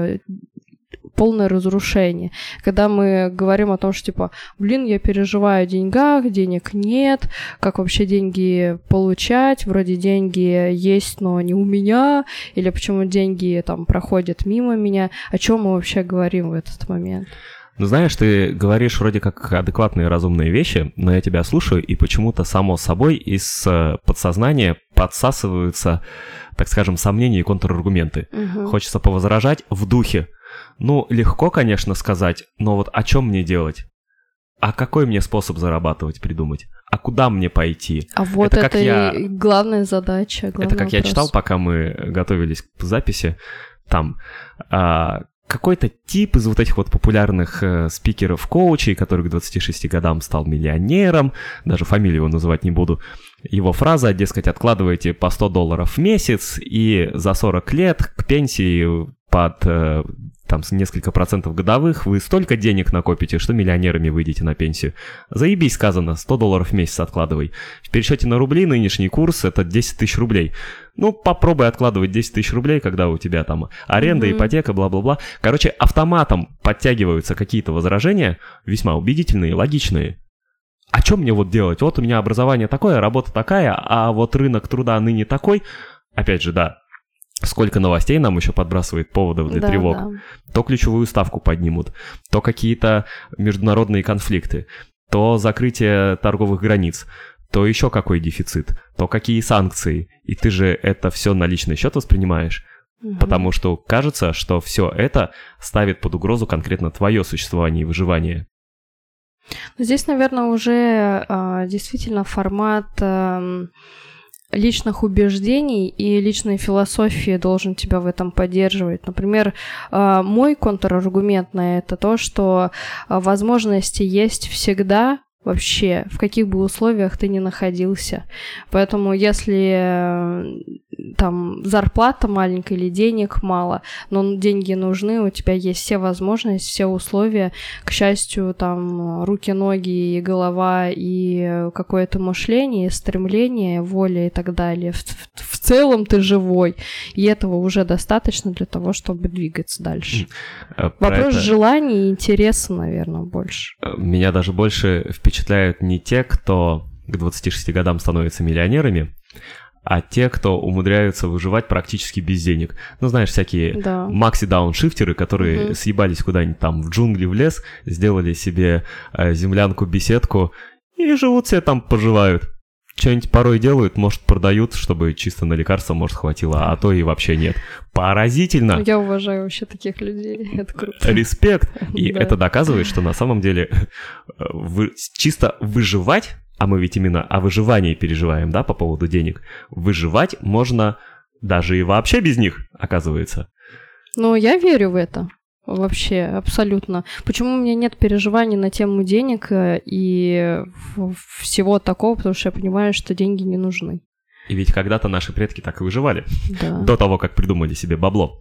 полное разрушение. Когда мы говорим о том, что типа, блин, я переживаю о деньгах, денег нет, как вообще деньги получать, вроде деньги есть, но не у меня, или почему деньги там проходят мимо меня, о чем мы вообще говорим в этот момент? Ну, знаешь, ты говоришь вроде как адекватные разумные вещи, но я тебя слушаю, и почему-то само собой из подсознания подсасываются, так скажем, сомнения и контраргументы. Угу. Хочется повозражать в духе. Ну, легко, конечно, сказать, но вот о чем мне делать? А какой мне способ зарабатывать придумать? А куда мне пойти? А вот это, это я... главная задача. Это как вопрос. Я читал, пока мы готовились к записи. там а, какой-то тип из вот этих вот популярных э, спикеров-коучей, который к двадцати шести годам стал миллионером, даже фамилию его называть не буду, его фраза, дескать, откладывайте по сто долларов в месяц, и за сорок лет к пенсии под э, там с несколько процентов годовых вы столько денег накопите, что миллионерами выйдете на пенсию. Заебись сказано, сто долларов в месяц откладывай. В пересчете на рубли нынешний курс это десять тысяч рублей. Ну, попробуй откладывать десять тысяч рублей, когда у тебя там аренда, mm-hmm. ипотека, бла-бла-бла. Короче, автоматом подтягиваются какие-то возражения, весьма убедительные, логичные. А что мне вот делать? Вот у меня образование такое, работа такая, а вот рынок труда ныне такой. Опять же, да, сколько новостей нам еще подбрасывает поводов для да, тревог. Да. То ключевую ставку поднимут, то какие-то международные конфликты, то закрытие торговых границ, то еще какой дефицит, то какие санкции. И ты же это все на личный счет воспринимаешь. Угу. Потому что кажется, что все это ставит под угрозу конкретно твое существование и выживание. Здесь, наверное, уже э, действительно формат э, личных убеждений и личной философии должен тебя в этом поддерживать. Например, э, мой контраргумент на это то, что э, возможности есть всегда, вообще, в каких бы условиях ты ни находился. Поэтому если там зарплата маленькая или денег мало, но деньги нужны, у тебя есть все возможности, все условия. К счастью, там руки, ноги и голова, и какое-то мышление, стремление, воля и так далее. В, в, в целом ты живой, и этого уже достаточно для того, чтобы двигаться дальше. Про Вопрос это... желаний и интереса, наверное, больше. Меня даже больше впечатляют не те, кто к двадцати шести годам становятся миллионерами, а те, кто умудряются выживать практически без денег. Ну, знаешь, всякие да. макси-дауншифтеры, которые угу. съебались куда-нибудь там в джунгли, в лес, сделали себе э, землянку-беседку и живут себе там, поживают. Что-нибудь порой делают, может, продают, чтобы чисто на лекарства, может, хватило, а то и вообще нет. Поразительно! Я уважаю вообще таких людей, это круто. Респект! И да. это доказывает, что на самом деле вы, чисто выживать, а мы ведь именно о выживании переживаем, да, по поводу денег, выживать можно даже и вообще без них, оказывается. Ну, я верю в это. Вообще, абсолютно. Почему у меня нет переживаний на тему денег и всего такого, потому что я понимаю, что деньги не нужны. И ведь когда-то наши предки так и выживали, да. до того, как придумали себе бабло.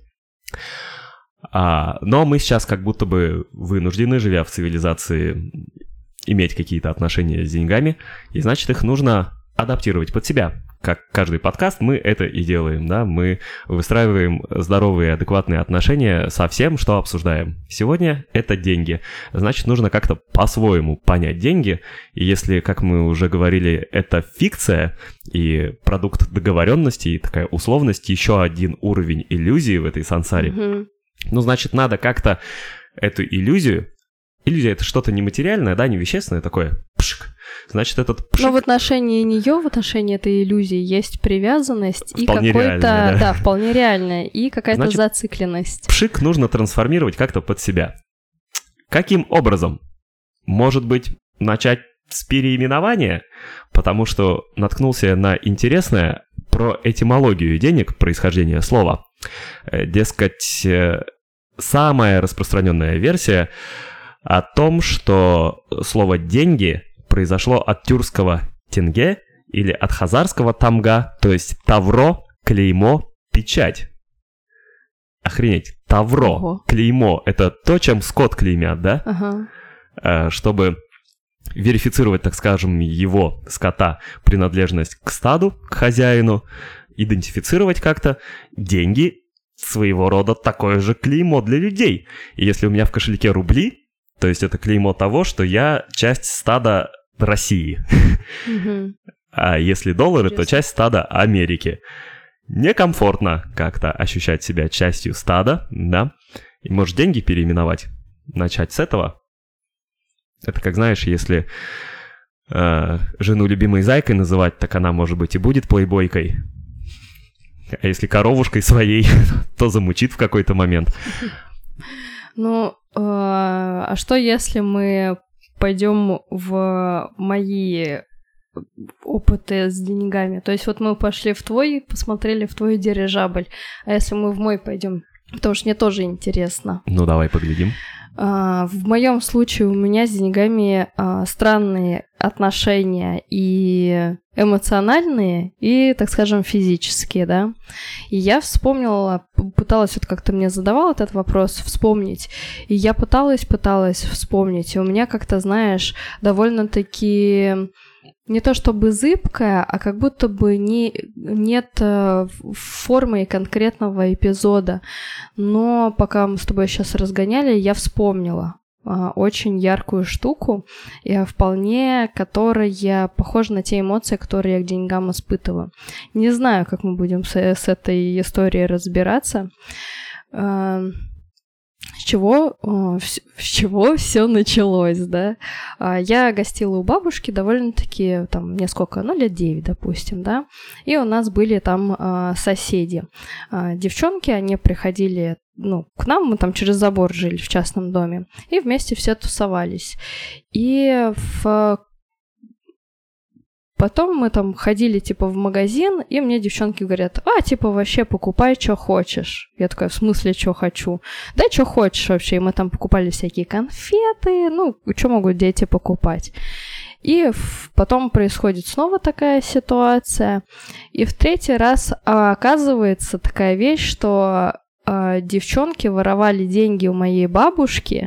А, но мы сейчас как будто бы вынуждены, живя в цивилизации, иметь какие-то отношения с деньгами, и значит, их нужно адаптировать под себя. Как каждый подкаст, мы это и делаем, да, мы выстраиваем здоровые, адекватные отношения со всем, что обсуждаем. Сегодня это деньги, значит, нужно как-то по-своему понять деньги, и если, как мы уже говорили, это фикция и продукт договоренности, и такая условность, еще один уровень иллюзии в этой сансаре, mm-hmm. ну, значит, надо как-то эту иллюзию, иллюзия — это что-то нематериальное, да, не вещественное такое, пшик. Значит, этот пшик... Но в отношении нее, в отношении этой иллюзии есть привязанность вполне и какой-то... Реальная, да. да, вполне реальная, и какая-то Значит, зацикленность. Пшик нужно трансформировать как-то под себя. Каким образом? Может быть, начать с переименования? Потому что наткнулся на интересное про этимологию денег, происхождение слова. Дескать, самая распространенная версия о том, что слово «деньги» произошло от тюркского «тенге» или от хазарского «тамга», то есть тавро, клеймо, печать. Охренеть, тавро, Ого. клеймо — это то, чем скот клеймят, да? Ага. Чтобы верифицировать, так скажем, его, скота, принадлежность к стаду, к хозяину, идентифицировать как-то. Деньги — своего рода такое же клеймо для людей. И если у меня в кошельке рубли, то есть это клеймо того, что я часть стада России. Mm-hmm. А если доллары, Интересно. то часть стада Америки. Некомфортно как-то ощущать себя частью стада, да? И может деньги переименовать? Начать с этого? Это как, знаешь, если э, жену любимой зайкой называть, так она, может быть, и будет плейбойкой. А если коровушкой своей, то замучит в какой-то момент. Ну, а что если мы пойдем в мои опыты с деньгами? То есть вот мы пошли в твой, посмотрели в твой дирижабль, а если мы в мой пойдем? Потому что мне тоже интересно. Ну, давай поглядим. Uh, в моем случае у меня с деньгами uh, странные отношения и эмоциональные, и, так скажем, физические, да. И я вспомнила, пыталась, вот как ты мне задавал этот вопрос, вспомнить. И я пыталась, пыталась вспомнить. И у меня как-то, знаешь, довольно-таки... Не то чтобы зыбкая, а как будто бы не, нет э, формы конкретного эпизода. Но пока мы с тобой сейчас разгоняли, я вспомнила э, очень яркую штуку, и вполне которая похожа на те эмоции, которые я к деньгам испытываю. Не знаю, как мы будем с, с этой историей разбираться. Э, С чего, с чего все началось, да? Я гостила у бабушки довольно-таки, там, мне сколько, ну, лет девять, допустим, да? И у нас были там соседи. Девчонки, они приходили, ну, к нам, мы там через забор жили в частном доме, и вместе все тусовались. И в... Потом мы там ходили, типа, в магазин, и мне девчонки говорят, а, типа, вообще покупай, что хочешь. Я такая, в смысле, что хочу? Да, что хочешь вообще. И мы там покупали всякие конфеты, ну, что могут дети покупать. И потом происходит снова такая ситуация. И в третий раз оказывается такая вещь, что э, девчонки воровали деньги у моей бабушки,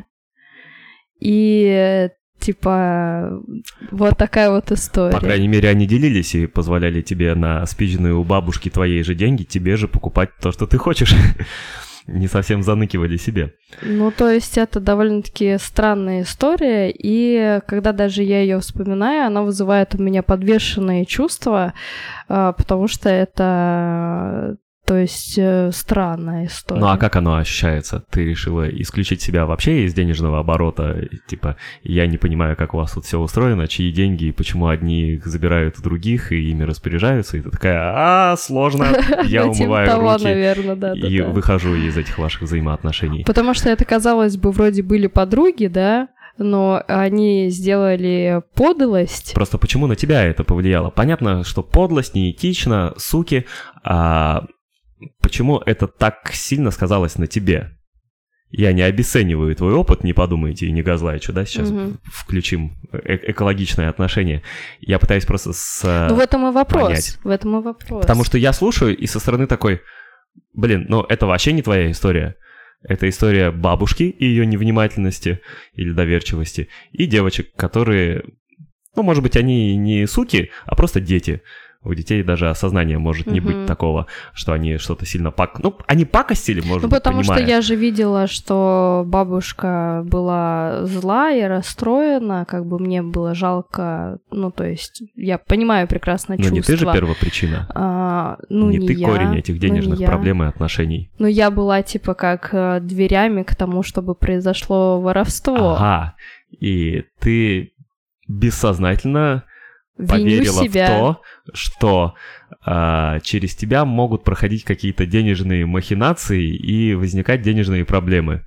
и... Типа, вот такая вот история. По крайней мере, они делились и позволяли тебе на спизженные у бабушки твоей же деньги тебе же покупать то, что ты хочешь. Не совсем заныкивали себе. Ну, то есть это довольно-таки странная история, и когда даже я ее вспоминаю, она вызывает у меня подвешенные чувства, потому что это... То есть э, странная история. Ну а как оно ощущается? Ты решила исключить себя вообще из денежного оборота? Типа, я не понимаю, как у вас тут все устроено, чьи деньги, почему одни их забирают у других и ими распоряжаются. И ты такая, а, сложно, я умываю руки и выхожу из этих ваших взаимоотношений. Потому что это, казалось бы, вроде были подруги, да? Но они сделали подлость. Просто почему на тебя это повлияло? Понятно, что подлость, неэтично, суки, а... Почему это так сильно сказалось на тебе? Я не обесцениваю твой опыт, не подумайте и не газлайчу, да, сейчас угу. включим э- экологичное отношение. Я пытаюсь просто с... Ну, в этом и вопрос. Понять. В этом и вопрос. Потому что я слушаю, и со стороны такой, блин, ну это вообще не твоя история. Это история бабушки и ее невнимательности или доверчивости, и девочек, которые, ну, может быть, они не суки, а просто дети. У детей даже осознания может не uh-huh. быть такого, что они что-то сильно пак... Ну, они пакостили, может ну, быть, потому понимая. что я же видела, что бабушка была зла и расстроена, как бы мне было жалко, ну, то есть я понимаю прекрасно чувства. Но не ты же первопричина. А, ну, не, не ты я, корень этих денежных проблем и отношений. Ну, я была, типа, как дверями к тому, чтобы произошло воровство. Ага, и ты бессознательно... Виню поверила себя. в то, что а, через тебя могут проходить какие-то денежные махинации и возникать денежные проблемы.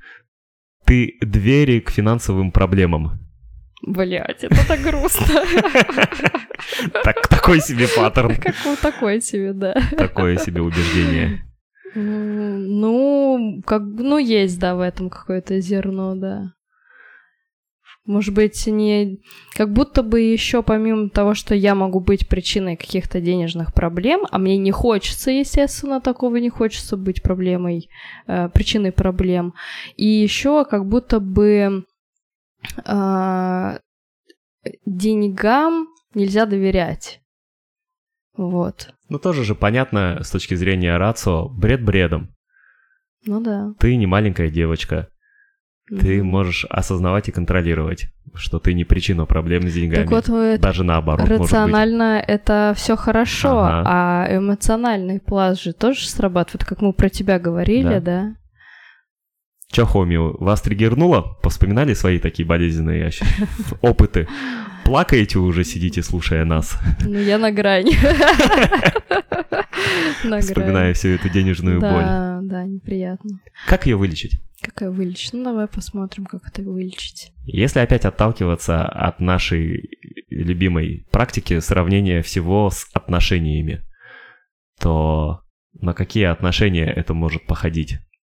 Ты двери к финансовым проблемам. Блять, это так грустно. Так, такой себе паттерн. Как такой себе, да. Такое себе убеждение. Ну, как, ну, есть, да, в этом какое-то зерно, да. Может быть, не... Как будто бы еще помимо того, что я могу быть причиной каких-то денежных проблем, а мне не хочется, естественно, такого не хочется быть проблемой, э, причиной проблем. И еще как будто бы э, деньгам нельзя доверять. Вот. Ну, тоже же понятно с точки зрения рацио, бред бредом. Ну да. Ты не маленькая девочка. Ты можешь осознавать и контролировать, что ты не причина проблем с деньгами. Так вот, даже наоборот, рационально может быть. Это все хорошо, ага. А эмоциональный пласт же тоже срабатывает, как мы про тебя говорили, да? да? Чё, Хоми, вас триггернуло? Повспоминали свои такие болезненные опыты? Плакаете уже, сидите, слушая нас? Ну, я на грани. Вспоминая всю эту денежную боль. Да, да, неприятно. Как ее вылечить? Как ее вылечить? Ну, давай посмотрим, как это вылечить. Если опять отталкиваться от нашей любимой практики сравнения всего с отношениями, то на какие отношения это может походить?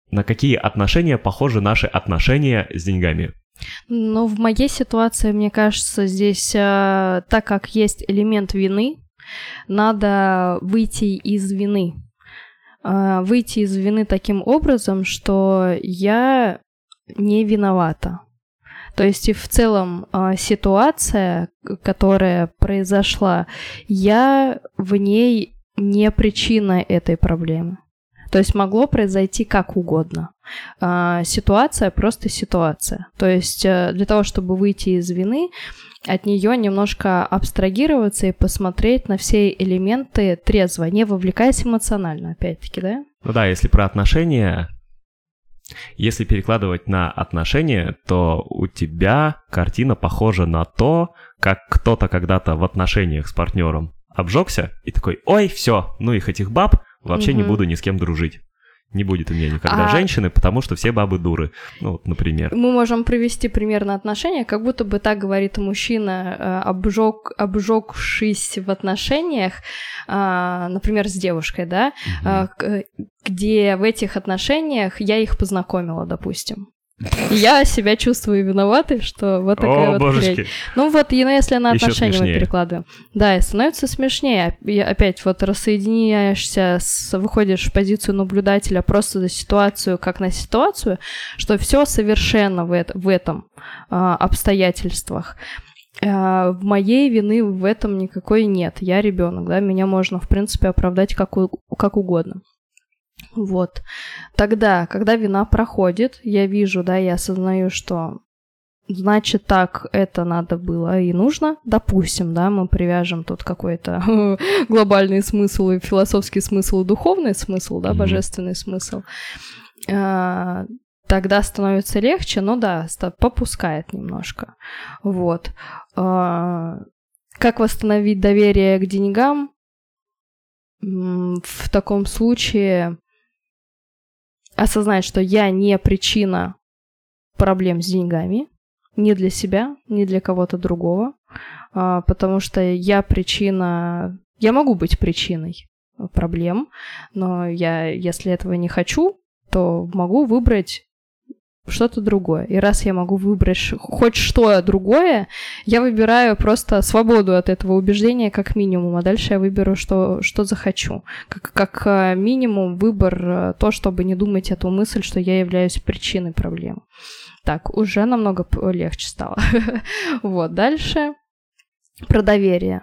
на какие отношения похожи наши отношения с деньгами? Ну, в моей ситуации, мне кажется, здесь, э, так как есть элемент вины, надо выйти из вины. Э, выйти из вины таким образом, что я не виновата. То есть и в целом э, ситуация, которая произошла, я в ней не причина этой проблемы. То есть могло произойти как угодно. А, ситуация просто ситуация. То есть для того, чтобы выйти из вины, от нее немножко абстрагироваться и посмотреть на все элементы трезво, не вовлекаясь эмоционально, опять-таки, да? Ну да, если про отношения, если перекладывать на отношения, то у тебя картина похожа на то, как кто-то когда-то в отношениях с партнером обжегся и такой: ой, все, ну их этих баб, вообще угу. не буду ни с кем дружить. Не будет у меня никогда а... женщины, потому что все бабы дуры. Ну, вот, например. Мы можем привести пример на отношения, как будто бы так говорит мужчина, обжег, обжегшись в отношениях, например, с девушкой, да, угу. где в этих отношениях я их познакомила, допустим. И я себя чувствую виноватой, что вот такая О, вот божечки. хрень. Ну вот, и, ну, если на Ещё отношения смешнее. мы перекладываем. Да, и становится смешнее. И опять вот рассоединяешься, с, выходишь в позицию наблюдателя просто за ситуацию, как на ситуацию, что все совершенно в, это, в этом а, обстоятельствах. А, в моей вины в этом никакой нет. Я ребенок, да, меня можно, в принципе, оправдать как, у, как угодно. Вот. Тогда, когда вина проходит, я вижу, да, я осознаю, что значит так это надо было и нужно. Допустим, да, мы привяжем тут какой-то глобальный смысл и философский смысл, и духовный смысл, да, божественный смысл. Тогда становится легче, но да, попускает немножко. Вот. Как восстановить доверие к деньгам? В таком случае осознать, что я не причина проблем с деньгами, ни для себя, ни для кого-то другого, потому что я причина... Я могу быть причиной проблем, но я, если этого не хочу, то могу выбрать что-то другое. И раз я могу выбрать хоть что другое, я выбираю просто свободу от этого убеждения как минимум, а дальше я выберу, что, что захочу. Как, как минимум выбор то, чтобы не думать эту мысль, что я являюсь причиной проблемы. Так, уже намного легче стало. Вот, дальше про доверие.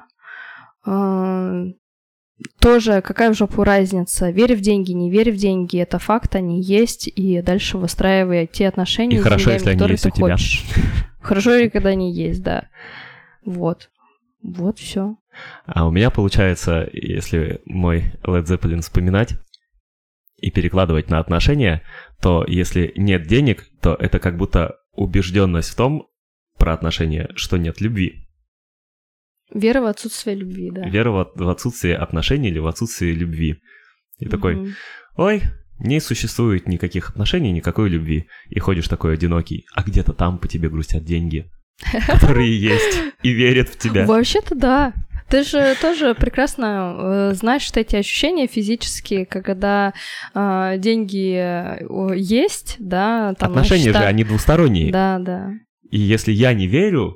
Тоже какая в жопу разница, верь в деньги, не верь в деньги, это факт, они есть, и дальше выстраивая те отношения, и с хорошо, деньгами, которые ты тебя. хочешь. Хорошо, когда они есть, да. Вот. Вот все. А у меня получается, если мой Led Zeppelin вспоминать и перекладывать на отношения, то если нет денег, то это как будто убежденность в том, про отношения, что нет любви. Вера в отсутствие любви, да. Вера в, в отсутствие отношений или в отсутствие любви. И mm-hmm. такой: ой, не существует никаких отношений, никакой любви. И ходишь такой одинокий, а где-то там по тебе грустят деньги, которые есть, и верят в тебя. Вообще-то да. Ты же тоже прекрасно э, знаешь что эти ощущения физические, когда э, деньги есть, да. Там, отношения счета... же, они двусторонние. Да, да. И если я не верю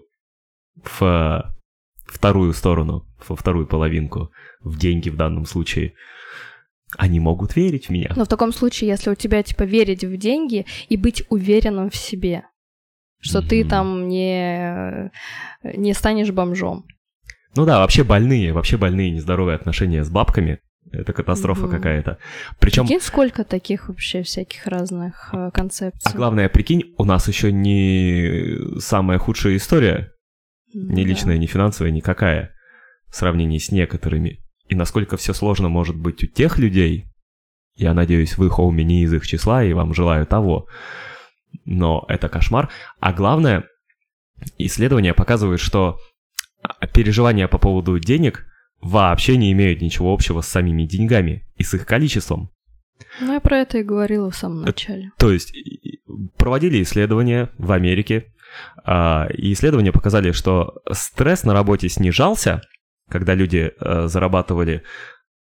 в вторую сторону, во вторую половинку, в деньги в данном случае, они могут верить в меня. Но в таком случае, если у тебя, типа, верить в деньги и быть уверенным в себе, что mm-hmm. ты там не, не станешь бомжом. Ну да, вообще больные, вообще больные нездоровые отношения с бабками. Это катастрофа mm-hmm. какая-то. Причем... Прикинь, сколько таких вообще всяких разных э, концепций. А главное, прикинь, у нас еще не самая худшая история, ни да. личная, ни финансовая, никакая, в сравнении с некоторыми. И насколько все сложно может быть у тех людей, я надеюсь, вы, хоуми, не из их числа, и вам желаю того. Но это кошмар. А главное, исследования показывают, что переживания по поводу денег вообще не имеют ничего общего с самими деньгами и с их количеством. Ну, я про это и говорила в самом начале. То есть проводили исследования в Америке, и исследования показали, что стресс на работе снижался, когда люди зарабатывали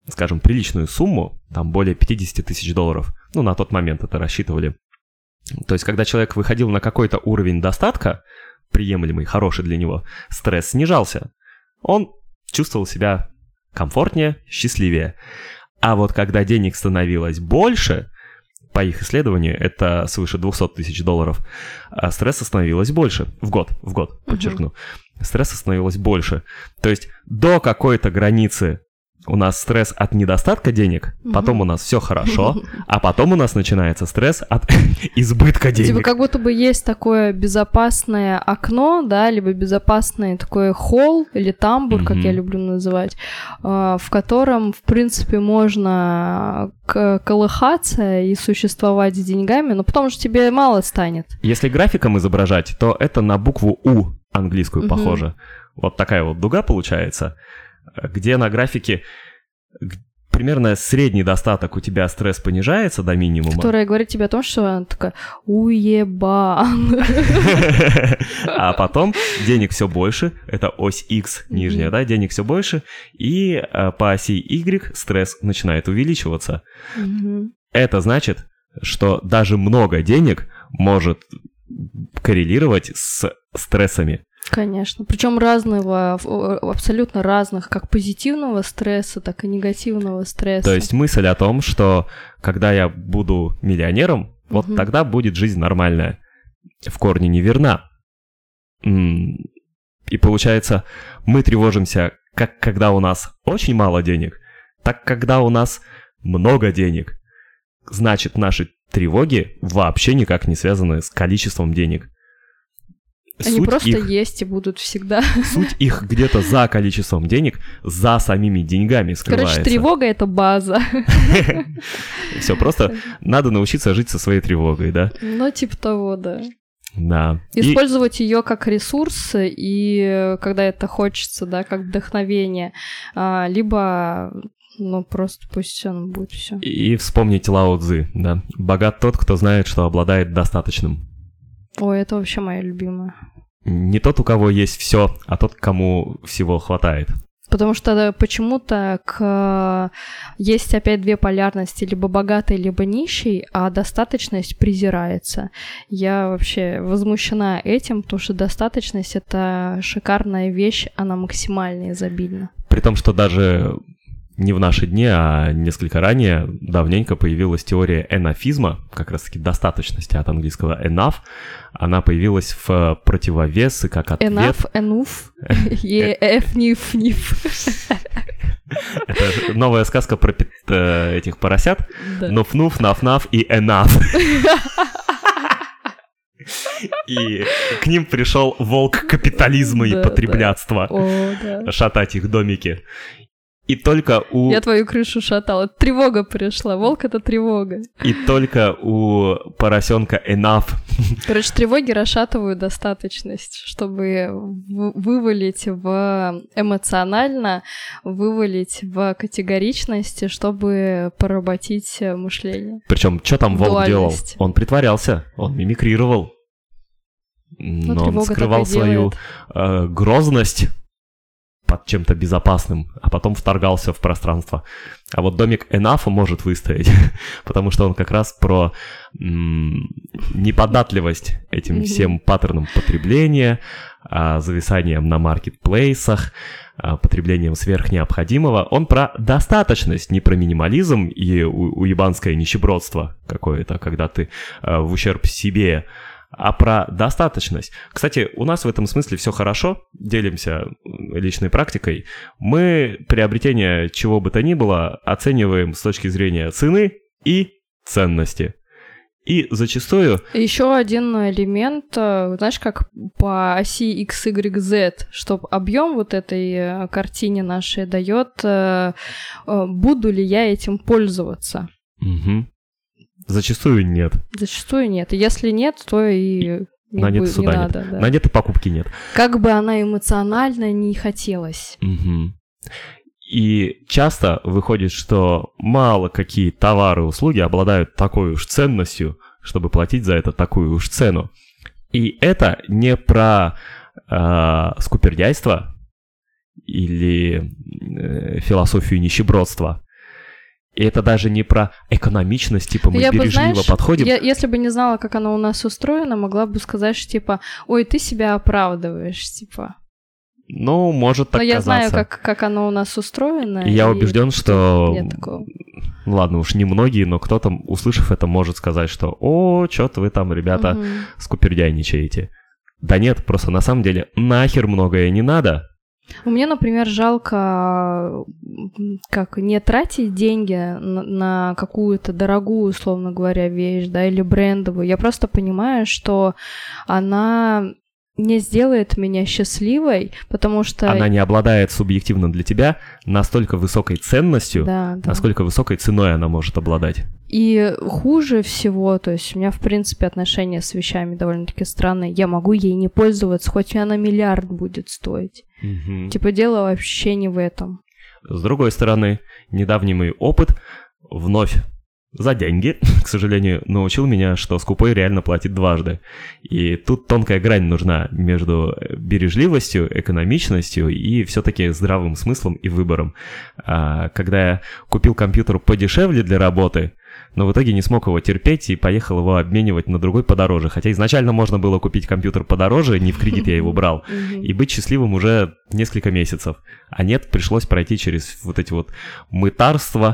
скажем, приличную сумму, там более пятьдесят тысяч долларов, ну, на тот момент это рассчитывали. То есть, когда человек выходил на какой-то уровень достатка, приемлемый, хороший для него, стресс снижался. Он чувствовал себя комфортнее, счастливее. А вот когда денег становилось больше, по их исследованию, это свыше двести тысяч долларов, а стресса становилось больше. В год, в год, подчеркну. Uh-huh. Стресса становилось больше. То есть до какой-то границы у нас стресс от недостатка денег, uh-huh. потом у нас все хорошо, а потом у нас начинается стресс от избытка денег. Типа как будто бы есть такое безопасное окно, да, либо безопасный такой холл или тамбур, uh-huh. как я люблю называть, в котором, в принципе, можно колыхаться и существовать с деньгами, но потом же тебе мало станет. Если графиком изображать, то это на букву У английскую uh-huh. похоже. Вот такая вот дуга получается, где на графике примерно средний достаток у тебя стресс понижается до минимума. Которая говорит тебе о том, что она такая уебан. А потом денег все больше, это ось X нижняя, mm-hmm. да, денег все больше, и а, по оси Y стресс начинает увеличиваться. Mm-hmm. Это значит, что даже много денег может коррелировать с стрессами. Конечно. Причем разного, абсолютно разных, как позитивного стресса, так и негативного стресса. То есть мысль о том, что когда я буду миллионером, вот угу. тогда будет жизнь нормальная, в корне неверна. И получается, мы тревожимся, как когда у нас очень мало денег, так когда у нас много денег. Значит, наши тревоги вообще никак не связаны с количеством денег. Они суть просто их, есть и будут всегда. Суть их где-то за количеством денег, за самими деньгами скрывается. Короче, тревога — это база. Все, просто надо научиться жить со своей тревогой, да? Ну, типа того, да. Да. Использовать и... ее как ресурс, и когда это хочется, да, как вдохновение, а, либо... Ну, просто пусть оно будет все. И вспомнить Лао Цзы, да. Богат тот, кто знает, что обладает достаточным. Ой, это вообще моя любимая. Не тот, у кого есть все, а тот, кому всего хватает. Потому что почему-то к... есть опять две полярности, либо богатый, либо нищий, а достаточность презирается. Я вообще возмущена этим, потому что достаточность — это шикарная вещь, она максимально изобильна. При том, что даже не в наши дни, а несколько ранее, давненько появилась теория энофизма, как раз-таки достаточности от английского enough. Она появилась в противовес и как ответ... Enough, enough, ef, ниф, ниф. Это новая сказка про этих поросят. Нуф-нуф, наф-наф и enough. И к ним пришел волк капитализма и потреблятства шатать их домики. И только у... Я твою крышу шатала. Тревога пришла. Волк — это тревога. И только у поросенка enough. Короче, тревоги расшатывают достаточность, чтобы вывалить в эмоционально, вывалить в категоричности, чтобы поработить мышление. Причем, что там волк делал? Он притворялся, он мимикрировал. Но, Но он скрывал свою э, грозность под чем-то безопасным, а потом вторгался в пространство. А вот домик enough может выстоять, потому что он как раз про м- неподатливость этим mm-hmm. всем паттернам потребления, а, зависанием на маркетплейсах, а, потреблением сверхнеобходимого. Он про достаточность, не про минимализм и у- уебанское нищебродство какое-то, когда ты а, в ущерб себе, а про достаточность. Кстати, у нас в этом смысле все хорошо, делимся личной практикой. Мы приобретение чего бы то ни было оцениваем с точки зрения цены и ценности. И зачастую... Еще один элемент, знаешь, как по оси икс игрек зет, что объем вот этой картине нашей дает, буду ли я этим пользоваться. Угу. Зачастую нет. Зачастую нет. Если нет, то и не, на нет, будет, не нет. надо. Да. На нет и покупки нет. Как бы она эмоционально не хотелась. Угу. И часто выходит, что мало какие товары и услуги обладают такой уж ценностью, чтобы платить за это такую уж цену. И это не про э, скупердяйство или э, философию нищебродства. И это даже не про экономичность, типа мы я бережливо бы, знаешь, подходим. Я, если бы не знала, как оно у нас устроено, могла бы сказать, что типа, ой, ты себя оправдываешь, типа. Ну, может так казаться. Но я казаться. знаю, как, как оно у нас устроено. И я убежден, что... Нет такого. Ну, ладно, уж не многие, но кто-то, услышав это, может сказать, что «О, что-то вы там, ребята, Угу. скупердяйничаете». Да нет, просто на самом деле нахер многое не надо. Мне, например, жалко как не тратить деньги на, на какую-то дорогую, условно говоря, вещь, да, или брендовую. Я просто понимаю, что она не сделает меня счастливой, потому что... Она не обладает субъективно для тебя настолько высокой ценностью, да, да. насколько высокой ценой она может обладать. И хуже всего, то есть у меня, в принципе, отношения с вещами довольно-таки странные. Я могу ей не пользоваться, хоть и она миллиард будет стоить. Угу. Типа дело вообще не в этом. С другой стороны, недавний мой опыт вновь за деньги, к сожалению, научил меня, что скупой реально платит дважды. И тут тонкая грань нужна между бережливостью, экономичностью и все-таки здравым смыслом и выбором. А когда я купил компьютер подешевле для работы, но в итоге не смог его терпеть и поехал его обменивать на другой подороже. Хотя изначально можно было купить компьютер подороже, не в кредит я его брал, и быть счастливым уже несколько месяцев. А нет, пришлось пройти через вот эти вот мытарства,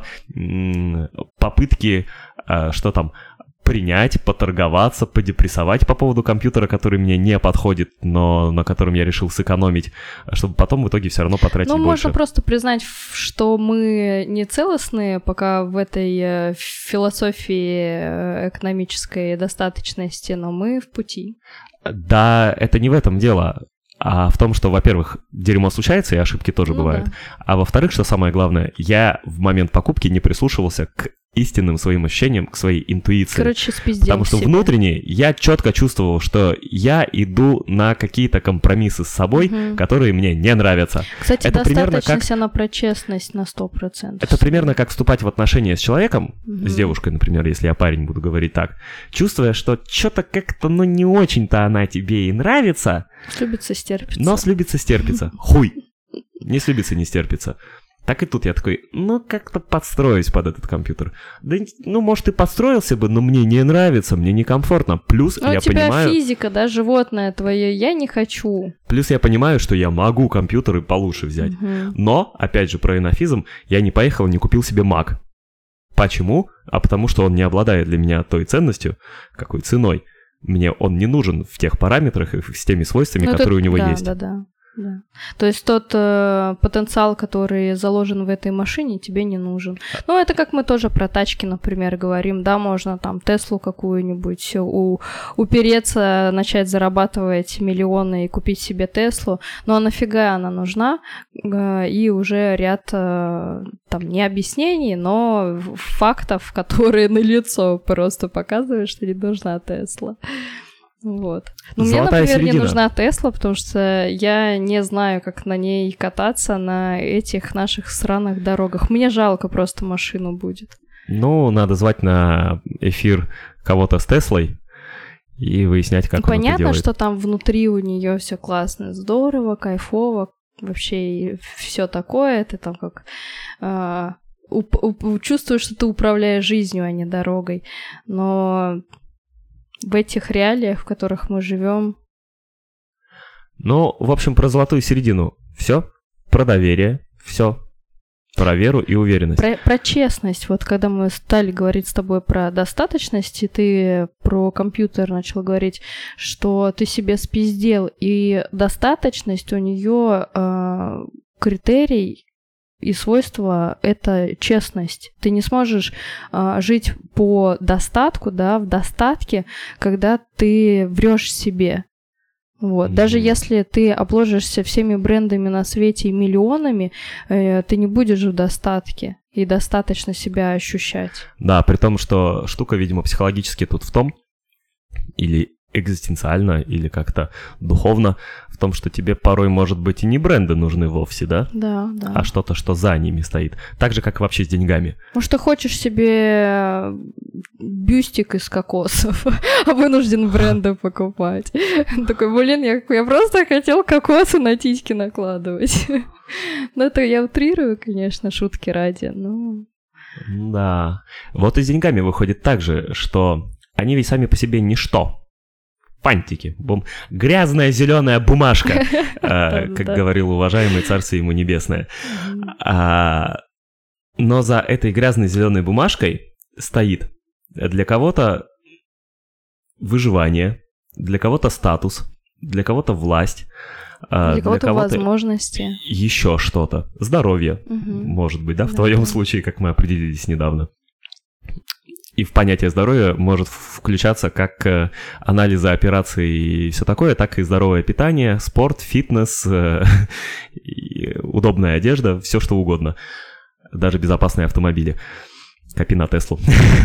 попытки, что там, принять, поторговаться, подепрессовать по поводу компьютера, который мне не подходит, но на котором я решил сэкономить, чтобы потом в итоге все равно потратить ну, больше. Ну, можно просто признать, что мы не целостные пока в этой философии экономической достаточности, но мы в пути. Да, это не в этом дело, а в том, что, во-первых, дерьмо случается, и ошибки тоже ну, бывают. Да. А во-вторых, что самое главное, я в момент покупки не прислушивался к истинным своим ощущениям, к своей интуиции. Короче, спиздел Потому что себе. внутренне я четко чувствовал, что я иду на какие-то компромиссы с собой, угу. которые мне не нравятся. Кстати, это достаточность, как... она про честность на сто процентов. Это примерно как вступать в отношения с человеком, угу. с девушкой, например, если я парень буду говорить так, чувствуя, что что-то как-то, ну, не очень-то она тебе и нравится. Слюбится, стерпится. Но слюбится, стерпится. Хуй. Не слюбится, не стерпится. Так и тут я такой, ну, как-то подстроюсь под этот компьютер. Да, ну, может, и подстроился бы, но мне не нравится, мне некомфортно. Плюс ну, я у тебя понимаю... физика, да, животное твое, я не хочу. Плюс я понимаю, что я могу компьютеры получше взять. Угу. Но, опять же, про энофизм, я не поехал, не купил себе Mac. Почему? А потому что он не обладает для меня той ценностью, какой ценой. Мне он не нужен в тех параметрах и с теми свойствами, ну, которые это... у него да, есть. Да, да, да. То есть тот э, потенциал, который заложен в этой машине, тебе не нужен. Ну, это как мы тоже про тачки, например, говорим. Да, можно там Теслу какую-нибудь у, упереться, начать зарабатывать миллионы и купить себе Теслу. Но нафига она нужна? Э, и уже ряд э, там не объяснений, но фактов, которые налицо просто показывают, что не нужна Тесла. Вот. Ну, мне, например, середина. не нужна Тесла, потому что я не знаю, как на ней кататься на этих наших сраных дорогах. Мне жалко просто машину будет. Ну, надо звать на эфир кого-то с Теслой и выяснять, как ну, он это делает. Понятно, что там внутри у нее все классно, здорово, кайфово, вообще все такое. Ты там как... Э, уп- уп- чувствуешь, что ты управляешь жизнью, а не дорогой. Но... в этих реалиях, в которых мы живем. Ну, в общем, про золотую середину все, про доверие все, про веру и уверенность. Про, про честность. Вот когда мы стали говорить с тобой про достаточность, и ты про компьютер начал говорить, что ты себе спиздел, и достаточность у нее э, критерий и свойство — это честность. Ты не сможешь а, жить по достатку, да, в достатке, когда ты врешь себе. Вот. Mm-hmm. Даже если ты обложишься всеми брендами на свете и миллионами, э, ты не будешь в достатке и достаточно себя ощущать. Да, при том, что штука, видимо, психологически тут в том, или экзистенциально, или как-то духовно, в том, что тебе порой, может быть, и не бренды нужны вовсе, да? Да, да. А что-то, что за ними стоит. Так же, как вообще с деньгами. Может, ты хочешь себе бюстик из кокосов, а вынужден бренды покупать. Такой, блин, я, я просто хотел кокосы на титьки накладывать. Ну, это я утрирую, конечно, шутки ради, но... Да. Вот и с деньгами выходит так же, что они ведь сами по себе ничто. Фантики. Бум. Грязная зеленая бумажка, как говорил уважаемый царство ему небесное. Но за этой грязной зеленой бумажкой стоит для кого-то выживание, для кого-то статус, для кого-то власть, для, для кого-то, кого-то возможности. Еще что-то. Здоровье, угу. может быть, да, в да, твоем да. случае, как мы определились недавно. И в понятие здоровья может включаться как э, анализы операций и все такое, так и здоровое питание, спорт, фитнес, э, удобная одежда, все что угодно. Даже безопасные автомобили. Копи на Теслу.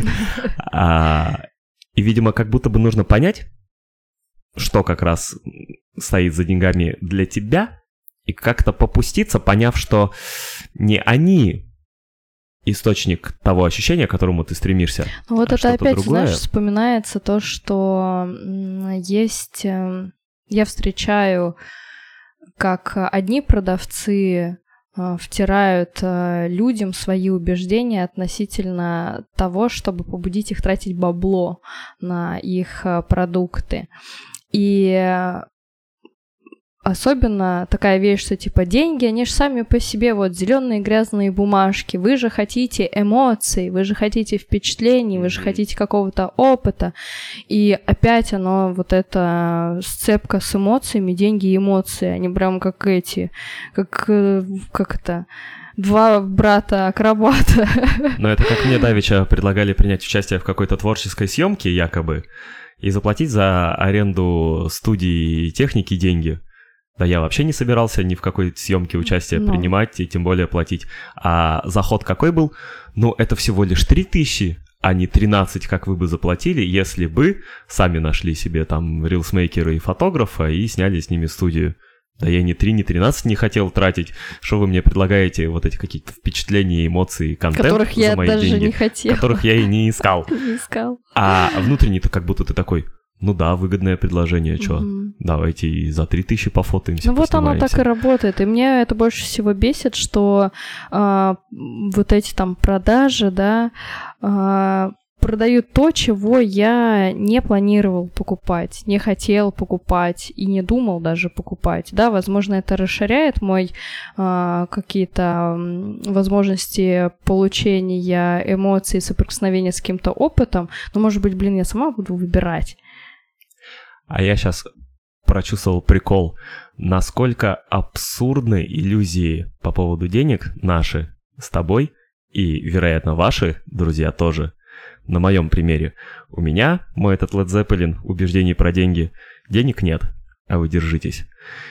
И, видимо, как будто бы нужно понять, что как раз стоит за деньгами для тебя, и как-то попуститься, поняв, что не они источник того ощущения, к которому ты стремишься. Ну вот а это опять, другое. Знаешь, вспоминается то, что есть... Я встречаю, как одни продавцы втирают людям свои убеждения относительно того, чтобы побудить их тратить бабло на их продукты. И особенно такая вещь, что типа деньги, они же сами по себе вот зеленые грязные бумажки. Вы же хотите эмоций, вы же хотите впечатлений, вы же хотите какого-то опыта. И опять оно, вот эта сцепка с эмоциями, деньги и эмоции, они прям как эти, как, как это... Два брата-акробата. Но это как мне давеча предлагали принять участие в какой-то творческой съемке якобы и заплатить за аренду студии и техники деньги. Да я вообще не собирался ни в какой съемке участия Но. принимать и тем более платить. А заход какой был? Ну, это всего лишь три тысячи, а не тринадцать, как вы бы заплатили, если бы сами нашли себе там рилсмейкера и фотографа и сняли с ними студию. Да я ни три, ни тринадцать не хотел тратить. Что вы мне предлагаете? Вот эти какие-то впечатления, эмоции, контент которых за я мои даже деньги, не хотел. Которых я и не искал. Не искал. А внутренне-то как будто ты такой, ну да, выгодное предложение, чё? Угу. Давайте и за три тысячи пофотаемся, Ну вот оно так и работает. И мне это больше всего бесит, что э, вот эти там продажи, да, э, продают то, чего я не планировал покупать, не хотел покупать и не думал даже покупать. Да, возможно, это расширяет мой э, какие-то возможности получения эмоций, соприкосновения с каким-то опытом, но, может быть, блин, я сама буду выбирать. А я сейчас прочувствовал прикол, насколько абсурдны иллюзии по поводу денег наши с тобой и, вероятно, ваши друзья тоже. На моем примере. У меня, мой этот Led Zeppelin, убеждений про деньги, денег нет, а вы держитесь.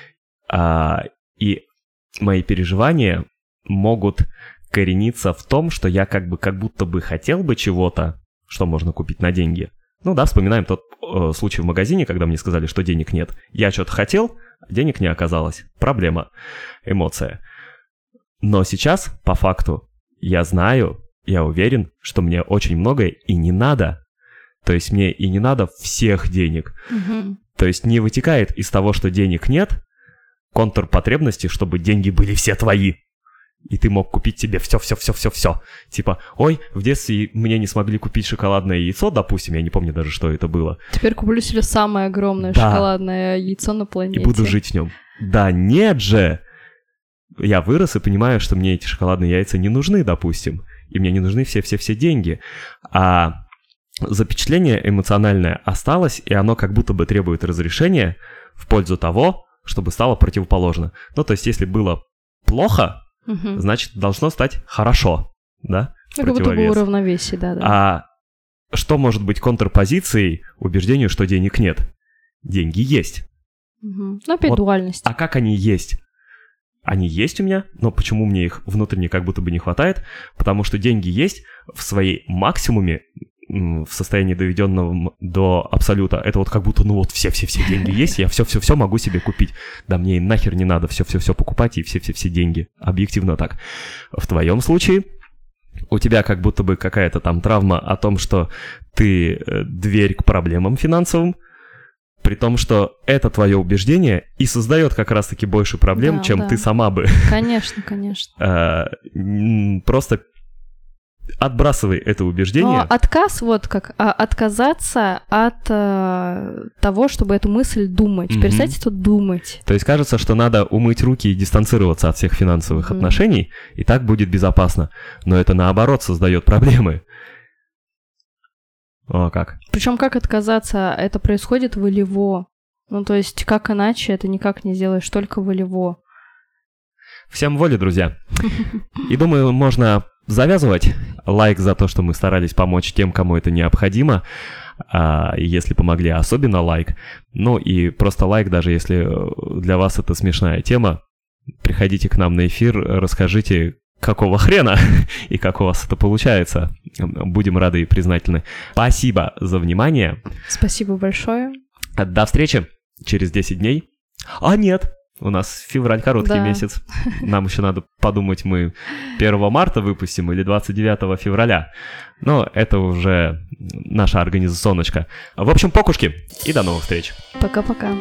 А, и мои переживания могут корениться в том, что я как бы как будто бы хотел бы чего-то, что можно купить на деньги. Ну да, вспоминаем тот э, случай в магазине, когда мне сказали, что денег нет. Я что-то хотел, а денег не оказалось. Проблема. Эмоция. Но сейчас, по факту, я знаю... Я уверен, что мне очень многое и не надо. То есть мне и не надо всех денег. Угу. То есть не вытекает из того, что денег нет, контур потребности, чтобы деньги были все твои. И ты мог купить себе все-все-все-все-все. Типа, ой, в детстве мне не смогли купить шоколадное яйцо, допустим, я не помню даже, что это было. Теперь куплю себе самое огромное да. шоколадное яйцо на планете. И буду жить в нем. Да нет же! Я вырос и понимаю, что мне эти шоколадные яйца не нужны, допустим. И мне не нужны все-все-все деньги. А запечатление эмоциональное осталось, и оно как будто бы требует разрешения в пользу того, чтобы стало противоположно. Ну, то есть, если было плохо, угу. значит, должно стать хорошо, да? Как будто бы уравновесие, да-да. А что может быть контрпозицией убеждению, что денег нет? Деньги есть. Угу. Ну, опять вот. Дуальность. А как они есть? Они есть у меня, но почему мне их внутренне как будто бы не хватает? Потому что деньги есть в своей максимуме, в состоянии доведенного до абсолюта. Это вот как будто, ну вот все-все-все деньги есть, я все-все-все могу себе купить. Да мне и нахер не надо все-все-все покупать и все-все-все деньги. Объективно так. В твоем случае у тебя как будто бы какая-то там травма о том, что ты э, дверь к проблемам финансовым, при том, что это твое убеждение и создает как раз-таки больше проблем, да, чем да. ты сама бы. Конечно, конечно. Просто отбрасывай это убеждение. Но отказ, вот как, а, отказаться от а, того, чтобы эту мысль думать. Мгм. Перестать тут думать. То есть кажется, что надо умыть руки и дистанцироваться от всех финансовых Мгм. отношений, и так будет безопасно. Но это наоборот создает проблемы. О, как? Причем как отказаться, это происходит волево. Ну, то есть, как иначе это никак не сделаешь, только волево. Всем воли, друзья. И думаю, можно завязывать. Лайк за то, что мы старались помочь тем, кому это необходимо. А если помогли, особенно лайк. Ну и просто лайк, даже если для вас это смешная тема. Приходите к нам на эфир, расскажите, какого хрена и как у вас это получается. Будем рады и признательны. Спасибо за внимание. Спасибо большое. До встречи через десять дней. А нет, у нас февраль короткий Да. месяц. Нам еще надо подумать, мы первого марта выпустим или двадцать девятого февраля. Но это уже наша организационочка. В общем, покушки и до новых встреч. Пока-пока.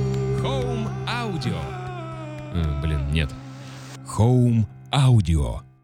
Home Audio. Э, блин, нет. Home Audio.